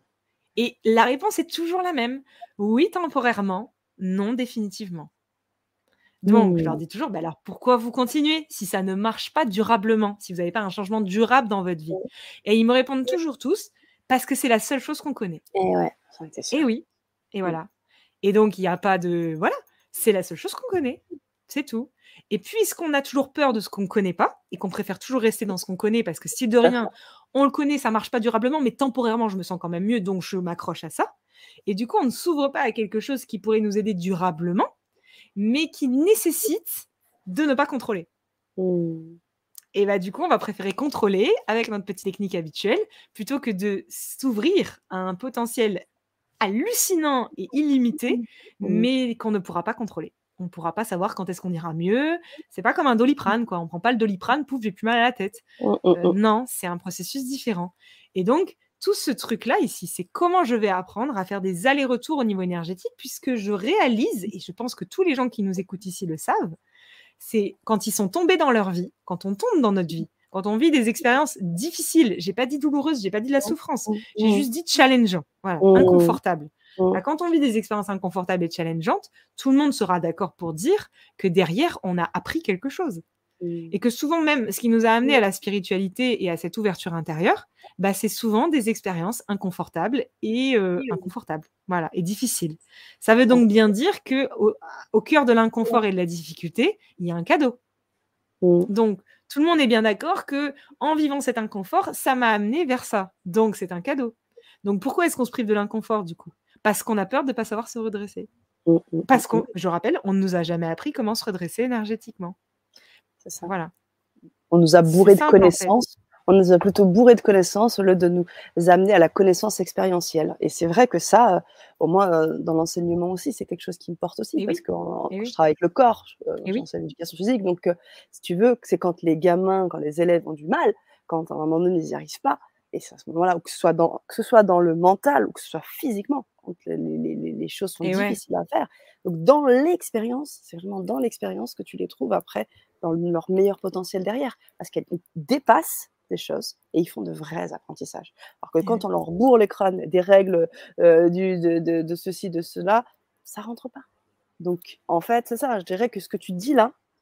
Et la réponse est toujours la même: «Oui, temporairement, non, définitivement». Donc je leur Mmh. dis toujours: «Bah, alors pourquoi vous continuez si ça ne marche pas durablement? Si vous n'avez pas un changement durable dans votre vie?» Mmh. et ils me répondent toujours tous: «Parce que c'est la seule chose qu'on connaît». Et ouais, j'en étais Et sûre. oui, et Mmh. voilà. Et donc il y a pas de voilà, c'est la seule chose qu'on connaît, c'est tout. Et puisqu'on a toujours peur de ce qu'on ne connaît pas et qu'on préfère toujours rester dans ce qu'on connaît parce que si de Tout à fait. rien, on le connaît, ça marche pas durablement, mais temporairement, je me sens quand même mieux, donc je m'accroche à ça. Et du coup, on ne s'ouvre pas à quelque chose qui pourrait nous aider durablement, mais qui nécessite de ne pas contrôler. Mmh. Et bah, du coup, on va préférer contrôler avec notre petite technique habituelle plutôt que de s'ouvrir à un potentiel hallucinant et illimité, Mmh. mais qu'on ne pourra pas contrôler. On ne pourra pas savoir quand est-ce qu'on ira mieux. C'est pas comme un Doliprane, quoi. On prend pas le Doliprane, pouf, j'ai plus mal à la tête. Mmh mh Heu, mh. non, c'est un processus différent. Et donc, tout ce truc-là ici, c'est comment je vais apprendre à faire des allers-retours au niveau énergétique puisque je réalise, et je pense que tous les gens qui nous écoutent ici le savent, c'est quand ils sont tombés dans leur vie, quand on tombe dans notre vie, quand on vit des expériences difficiles, j'ai pas dit douloureuses, j'ai pas dit de la souffrance, Mmh. j'ai Mmh. juste dit challengeant, voilà, Mmh. inconfortable. Mmh. Bah, quand on vit des expériences inconfortables et challengeantes, tout le monde sera d'accord pour dire que derrière, on a appris quelque chose. Mmh. Et que souvent même, ce qui nous a amené à la spiritualité et à cette ouverture intérieure, bah, c'est souvent des expériences inconfortables et heu, inconfortables, voilà, et difficiles. Ça veut donc bien dire qu'au au cœur de l'inconfort et de la difficulté, il y a un cadeau. Mmh. Donc tout le monde est bien d'accord qu'en vivant cet inconfort, ça m'a amené vers ça. Donc c'est un cadeau. Donc pourquoi est-ce qu'on se prive de l'inconfort du coup? Parce qu'on a peur de ne pas savoir se redresser. Mmh mh mh Parce mh. qu'on je rappelle, on ne nous a jamais appris comment se redresser énergétiquement. C'est ça. Voilà. On nous a C'est bourrés de simple en fait. connaissances, on nous a plutôt bourrés de connaissances au lieu de nous amener à la connaissance expérientielle et c'est vrai que ça, heu, au moins, heu, dans l'enseignement aussi, c'est quelque chose qui me porte aussi Et parce oui, qu'en et quand je oui, travaille avec le corps, je heu, et oui. j'enseigne l'éducation physique donc heu, si tu veux, c'est quand les gamins, quand les élèves ont du mal, quand à un moment donné, ils n'y arrivent pas et c'est à ce moment-là, ou que ce soit dans que ce soit dans le mental ou que ce soit physiquement, quand les les les les choses sont Et ouais, difficiles à faire. Donc dans l'expérience, c'est vraiment dans l'expérience que tu les trouves après dans leur meilleur potentiel derrière parce qu'ils dépassent des choses et ils font de vrais apprentissages. Alors que et quand ouais. on leur bourre les crânes des règles, heu, du de de de ceci, de cela, ça rentre pas. Donc en fait, c'est ça, je dirais que ce que tu dis là,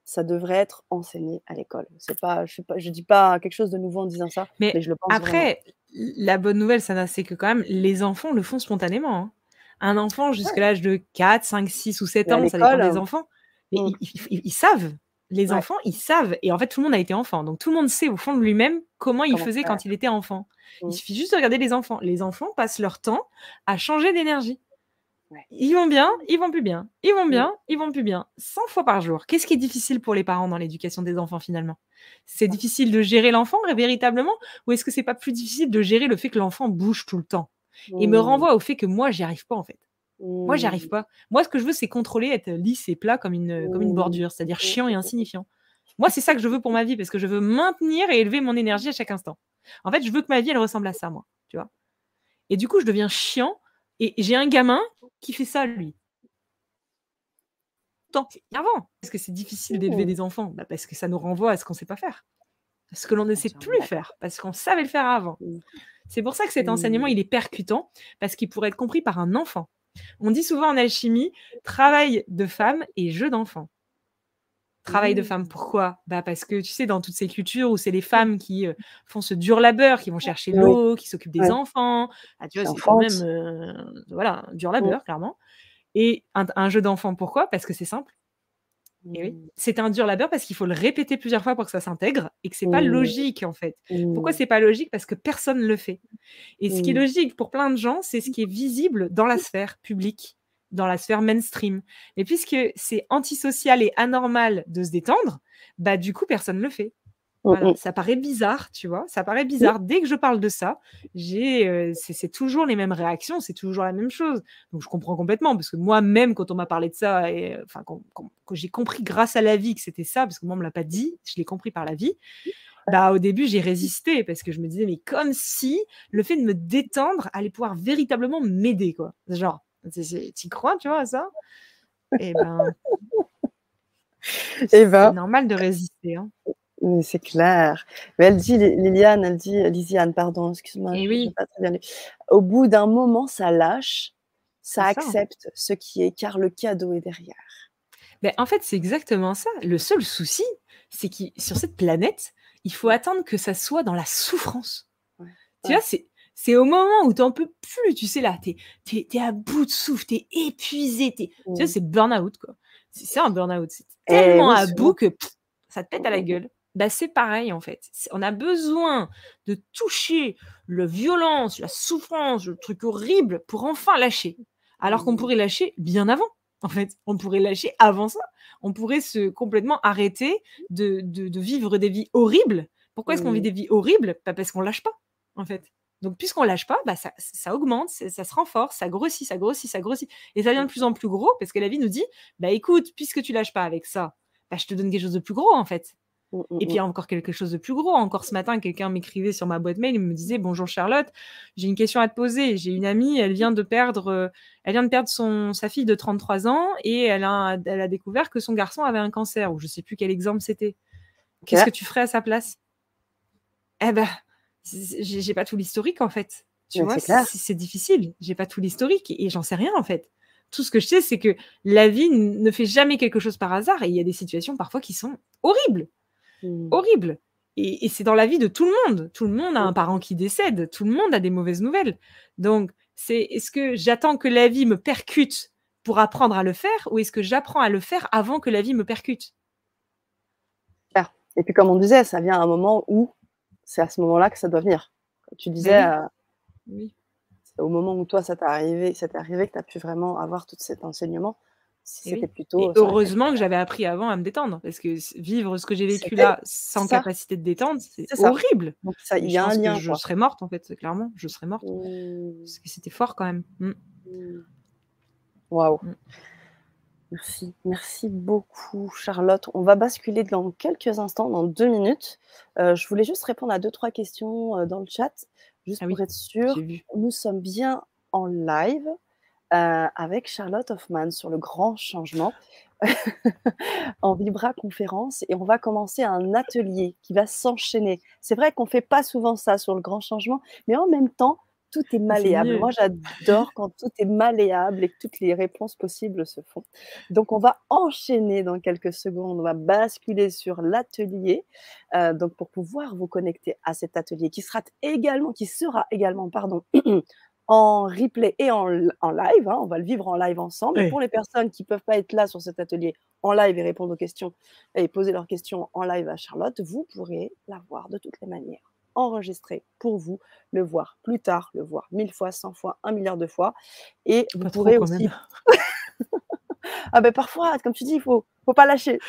ça devrait être enseigné à l'école. C'est pas, je ne dis pas quelque chose de nouveau en disant ça, mais Mais je le pense vraiment. après, la bonne nouvelle, Sana, c'est que quand même, les enfants le font spontanément. Hein. Un enfant jusqu'à Ouais. l'âge de quatre, cinq, six ou sept Mais à ans, ça dépend l'école, des euh, enfants, mais mm, ils, ils- ils- ils savent. Les ouais, enfants, ils savent. Et en fait, tout le monde a été enfant. Donc, tout le monde sait au fond de lui-même comment il comment faisait faire. quand il était enfant. Il Mm, suffit juste de regarder les enfants. Les enfants passent leur temps à changer d'énergie. ouais. Ils vont bien, ils vont plus bien. Ils vont Mm, bien, ils vont plus bien. cent fois par jour. Qu'est-ce qui est difficile pour les parents dans l'éducation des enfants finalement? C'est difficile de gérer l'enfant véritablement? Ou est-ce que c'est pas plus difficile de gérer le fait que l'enfant bouge tout le temps? Et me mm, renvoie au fait que moi, j'y arrive pas en fait. Moi, j'y arrive mm, pas. Moi, ce que je veux, c'est contrôler, être lisse et plat comme une, comme une mm, bordure, c'est-à-dire mm, chiant et insignifiant. Moi, c'est ça que je veux pour ma vie parce que je veux maintenir et élever mon énergie à chaque instant. En fait, je veux que ma vie, elle ressemble à ça, moi. Tu vois? Et du coup, je deviens chiant et j'ai un gamin qui fait ça, lui. Temps. C'est énervant. Parce que c'est difficile d'élever mm. des enfants. Bah, parce que ça nous renvoie à ce qu'on ne sait pas faire. Ce que l'on ne sait Entièrement plus d'accord. faire. Parce qu'on savait le faire avant. Mm, C'est pour ça que cet enseignement, mm, il est percutant. Parce qu'il pourrait être compris par un enfant. On dit souvent en alchimie, travail de femme et jeu d'enfant. Travail de femme, mm, pourquoi? Bah parce que tu sais, dans toutes ces cultures où c'est les mm. femmes qui euh, font ce dur labeur, qui vont chercher Oui, l'eau, qui s'occupent des ouais, enfants, ah, tu vois, qui c'est quand même enfante. euh, voilà, dur Mm, labeur, clairement. Et un, un jeu d'enfant, pourquoi? Parce que c'est simple. Et oui, mm, c'est un dur labeur parce qu'il faut le répéter plusieurs fois pour que ça s'intègre et que c'est pas mm, logique en fait. Pourquoi mm, c'est pas logique? Parce que personne ne le fait. Et ce qui est mm. logique pour plein de gens, c'est ce qui est visible dans la sphère publique, dans la sphère mainstream. Et puisque c'est antisocial et anormal de se détendre, bah du coup personne ne le fait. Mm, Voilà, mm. ça paraît bizarre, tu vois, ça paraît Oui, bizarre. Dès que je parle de ça, j'ai, heu, c'est c'est toujours les mêmes réactions, c'est toujours la même chose. Donc je comprends complètement parce que moi-même quand on m'a parlé de ça et heu, enfin quand quand quand j'ai compris grâce à la vie que c'était ça, parce que moi on me l'a pas dit, je l'ai compris par la vie, bah, au début j'ai résisté parce que je me disais: «Mais comme si le fait de me détendre allait pouvoir véritablement m'aider quoi». Genre, c'est c'est tu crois, tu vois, à ça? Et ben, et c'est ben, normal de résister, hein. mais c'est clair. Mais elle dit, Li- Liliane, elle dit, Lisiane, pardon, excuse-moi, Et j'ai oui, pas très bien lu. Au bout d'un moment, ça lâche, c'est ça ça. accepte ce qui est, car le cadeau est derrière. Beh, en fait, c'est exactement ça. Le seul souci, c'est que sur cette planète, il faut attendre que ça soit dans la souffrance. Ouais, Tu vois, ouais. c'est c'est au moment où tu en peux plus, tu sais, là, tu es tu à bout de souffle, tu es épuisé, tu tu vois, Mm. c'est burn-out, quoi. C'est c'est un burn-out, c'est Et tellement oui, à bout souvent. que pff, ça te Mm, pète à la mm, mm. gueule. Bah, c'est pareil, en fait. C'est on a besoin de toucher le violence, la souffrance, le truc horrible pour enfin lâcher. Alors qu'on Mm, pourrait lâcher bien avant, en fait. On pourrait lâcher avant ça. On pourrait se complètement arrêter de de de vivre des vies horribles. Pourquoi est-ce qu'on vit mm, des vies horribles? Bah, parce qu'on lâche pas, en fait. Donc puisqu'on lâche pas, bah, ça ça augmente, ça ça se renforce, ça grossit, ça grossit, ça grossit et ça devient de plus en plus gros parce que la vie nous dit: «Bah, écoute, puisque tu lâches pas avec ça, bah, je te donne quelque chose de plus gros, en fait». mm, mm, Et puis il y mm. a encore quelque chose de plus gros. Encore ce matin, quelqu'un m'écrivait sur ma boîte mail, il me disait: «Bonjour Charlotte, j'ai une question à te poser. J'ai une amie, elle vient de perdre, heu, elle vient de perdre son sa fille de trente-trois ans et elle a elle a découvert que son garçon avait un cancer» ou je sais plus quel exemple c'était. Ok. «Qu'est-ce que tu ferais à sa place?» Eh ben, c j'ai j'ai pas tout l'historique, en fait. Tu Mais vois? c'est clair. C'est c'est difficile. J'ai pas tout l'historique et j'en sais rien, en fait. Tout ce que je sais, c'est que la vie n ne fait jamais quelque chose par hasard et il y a des situations parfois qui sont horribles, Mm, horribles et et c'est dans la vie de tout le monde. Tout le monde a mm. un parent qui décède, tout le monde a des mauvaises nouvelles. Donc c'est est-ce que j'attends que la vie me percute pour apprendre à le faire ou est-ce que j'apprends à le faire avant que la vie me percute? Clair. Et puis, comme on disait, ça vient à un moment où c'est à ce moment-là que ça doit venir. Comme tu Ben disais, oui, euh, oui. c'est au moment où toi, ça t'est arrivé, ça t'est arrivé que tu as pu vraiment avoir tout cet enseignement. Si Et c'était oui plus et tôt, ça aurait pas été heureusement le que cas. j'avais appris avant à me détendre parce que s vivre ce que j'ai vécu C'était là, sans ça, capacité de détente, c'est c'est ça. horrible. Donc ça, il Mais y je a un pense que lien, je quoi. serais morte, en fait, clairement, je serais morte. Mmh. Parce que c'était fort quand même. Mmh. Mmh. Waouh! Mmh. Merci. Merci beaucoup, Charlotte. On va basculer dans quelques instants, dans deux minutes. Heu, je voulais juste répondre à deux trois questions, heu, dans le chat, juste Ah pour oui, être j'ai sûre. vu. Nous sommes bien en live, heu, avec Charlotte Hoffman sur le grand changement, en Vibra conférence et on va commencer un atelier qui va s'enchaîner. C'est vrai qu'on fait pas souvent ça sur le grand changement, mais en même temps, tout est Ah, c'est malléable. mieux. Moi, j'adore quand tout est malléable et que toutes les réponses possibles se font. Donc on va enchaîner dans quelques secondes, on va basculer sur l'atelier, heu, donc pour pouvoir vous connecter à cet atelier qui sera également qui sera également, pardon, en replay et en l en live, hein, on va le vivre en live ensemble et pour Oui. les personnes qui peuvent pas être là sur cet atelier en live et répondre aux questions et poser leurs questions en live à Charlotte, vous pourrez la voir de toutes les manières, enregistré pour vous, le voir plus tard, le voir mille fois, cent fois, un milliard de fois et vous Pas trop pourrez quand même. aussi ah beh, parfois, comme tu dis, il faut faut pas lâcher.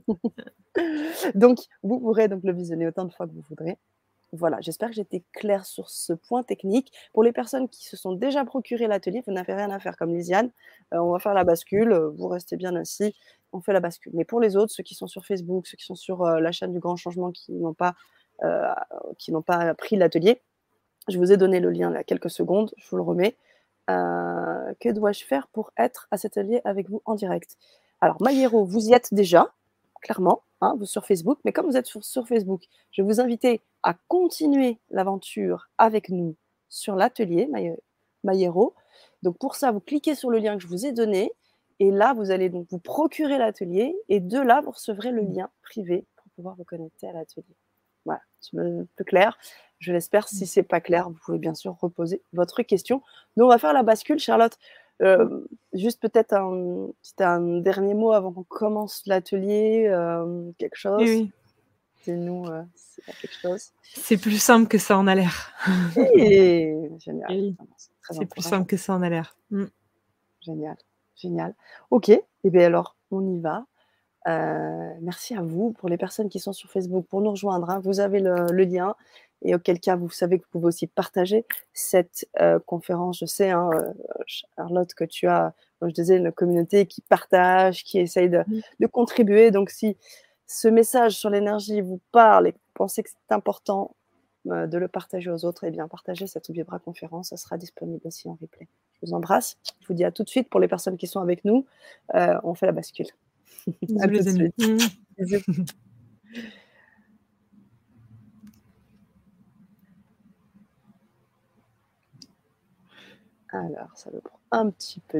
Donc vous pourrez donc le visionner autant de fois que vous voudrez. Voilà, j'espère que j'ai été claire sur ce point technique. Pour les personnes qui se sont déjà procuré l'atelier, vous n'avez rien à faire comme Lisiane, heu, on va faire la bascule, heu, vous restez bien assis, on fait la bascule. Mais pour les autres, ceux qui sont sur Facebook, ceux qui sont sur, heu, la chaîne du Grand Changement qui n'ont pas, heu, qui n'ont pas pris l'atelier, je vous ai donné le lien il y a quelques secondes, je vous le remets. Heu, que dois-je faire pour être à cet atelier avec vous en direct? Alors My Hero, vous y êtes déjà, clairement, hein, vous sur Facebook, mais comme vous êtes sur sur Facebook, je vais vous inviter à continuer l'aventure avec nous sur l'atelier My My Hero. Donc pour ça, vous cliquez sur le lien que je vous ai donné et là, vous allez donc vous procurer l'atelier et de là, vous recevrez le Mmh. lien privé pour pouvoir vous connecter à l'atelier. Voilà, c'est un peu clair, je l'espère. Si Mmh. c'est pas clair, vous pouvez bien sûr reposer votre question. Nous, on va faire la bascule, Charlotte. Mmh. Hem, juste peut-être un si tu as un dernier mot avant qu'on commence l'atelier, hem, quelque Oui, chose? oui. Dis-nous, heu, s'il y a quelque chose. C'est plus simple que ça en a l'air. Oui! Génial, Oui, vraiment, c'est très c'est plus encourageant. simple que ça en a l'air. Mmh. Génial, génial. OK et beh, alors on y va. Heu, merci à vous. Pour les personnes qui sont sur Facebook, pour nous rejoindre, hein, vous avez le le lien et auquel cas, vous savez que vous pouvez aussi partager cette, heu, conférence. Je sais, hein, heu, Charlotte, que tu as, comme je disais, une communauté qui partage, qui essaye de Mmh. de contribuer. Donc si ce message sur l'énergie vous parle et que vous pensez que c'est important, heu, de le partager aux autres, et bien partagez cette Vibra conférence, ça sera disponible aussi en replay. Je vous embrasse, je vous dis à tout de suite pour les personnes qui sont avec nous, heu, on fait la bascule. À Bisous tout les de amis. suite. Mmh Bisous. mh. Alors ça me prend un petit peu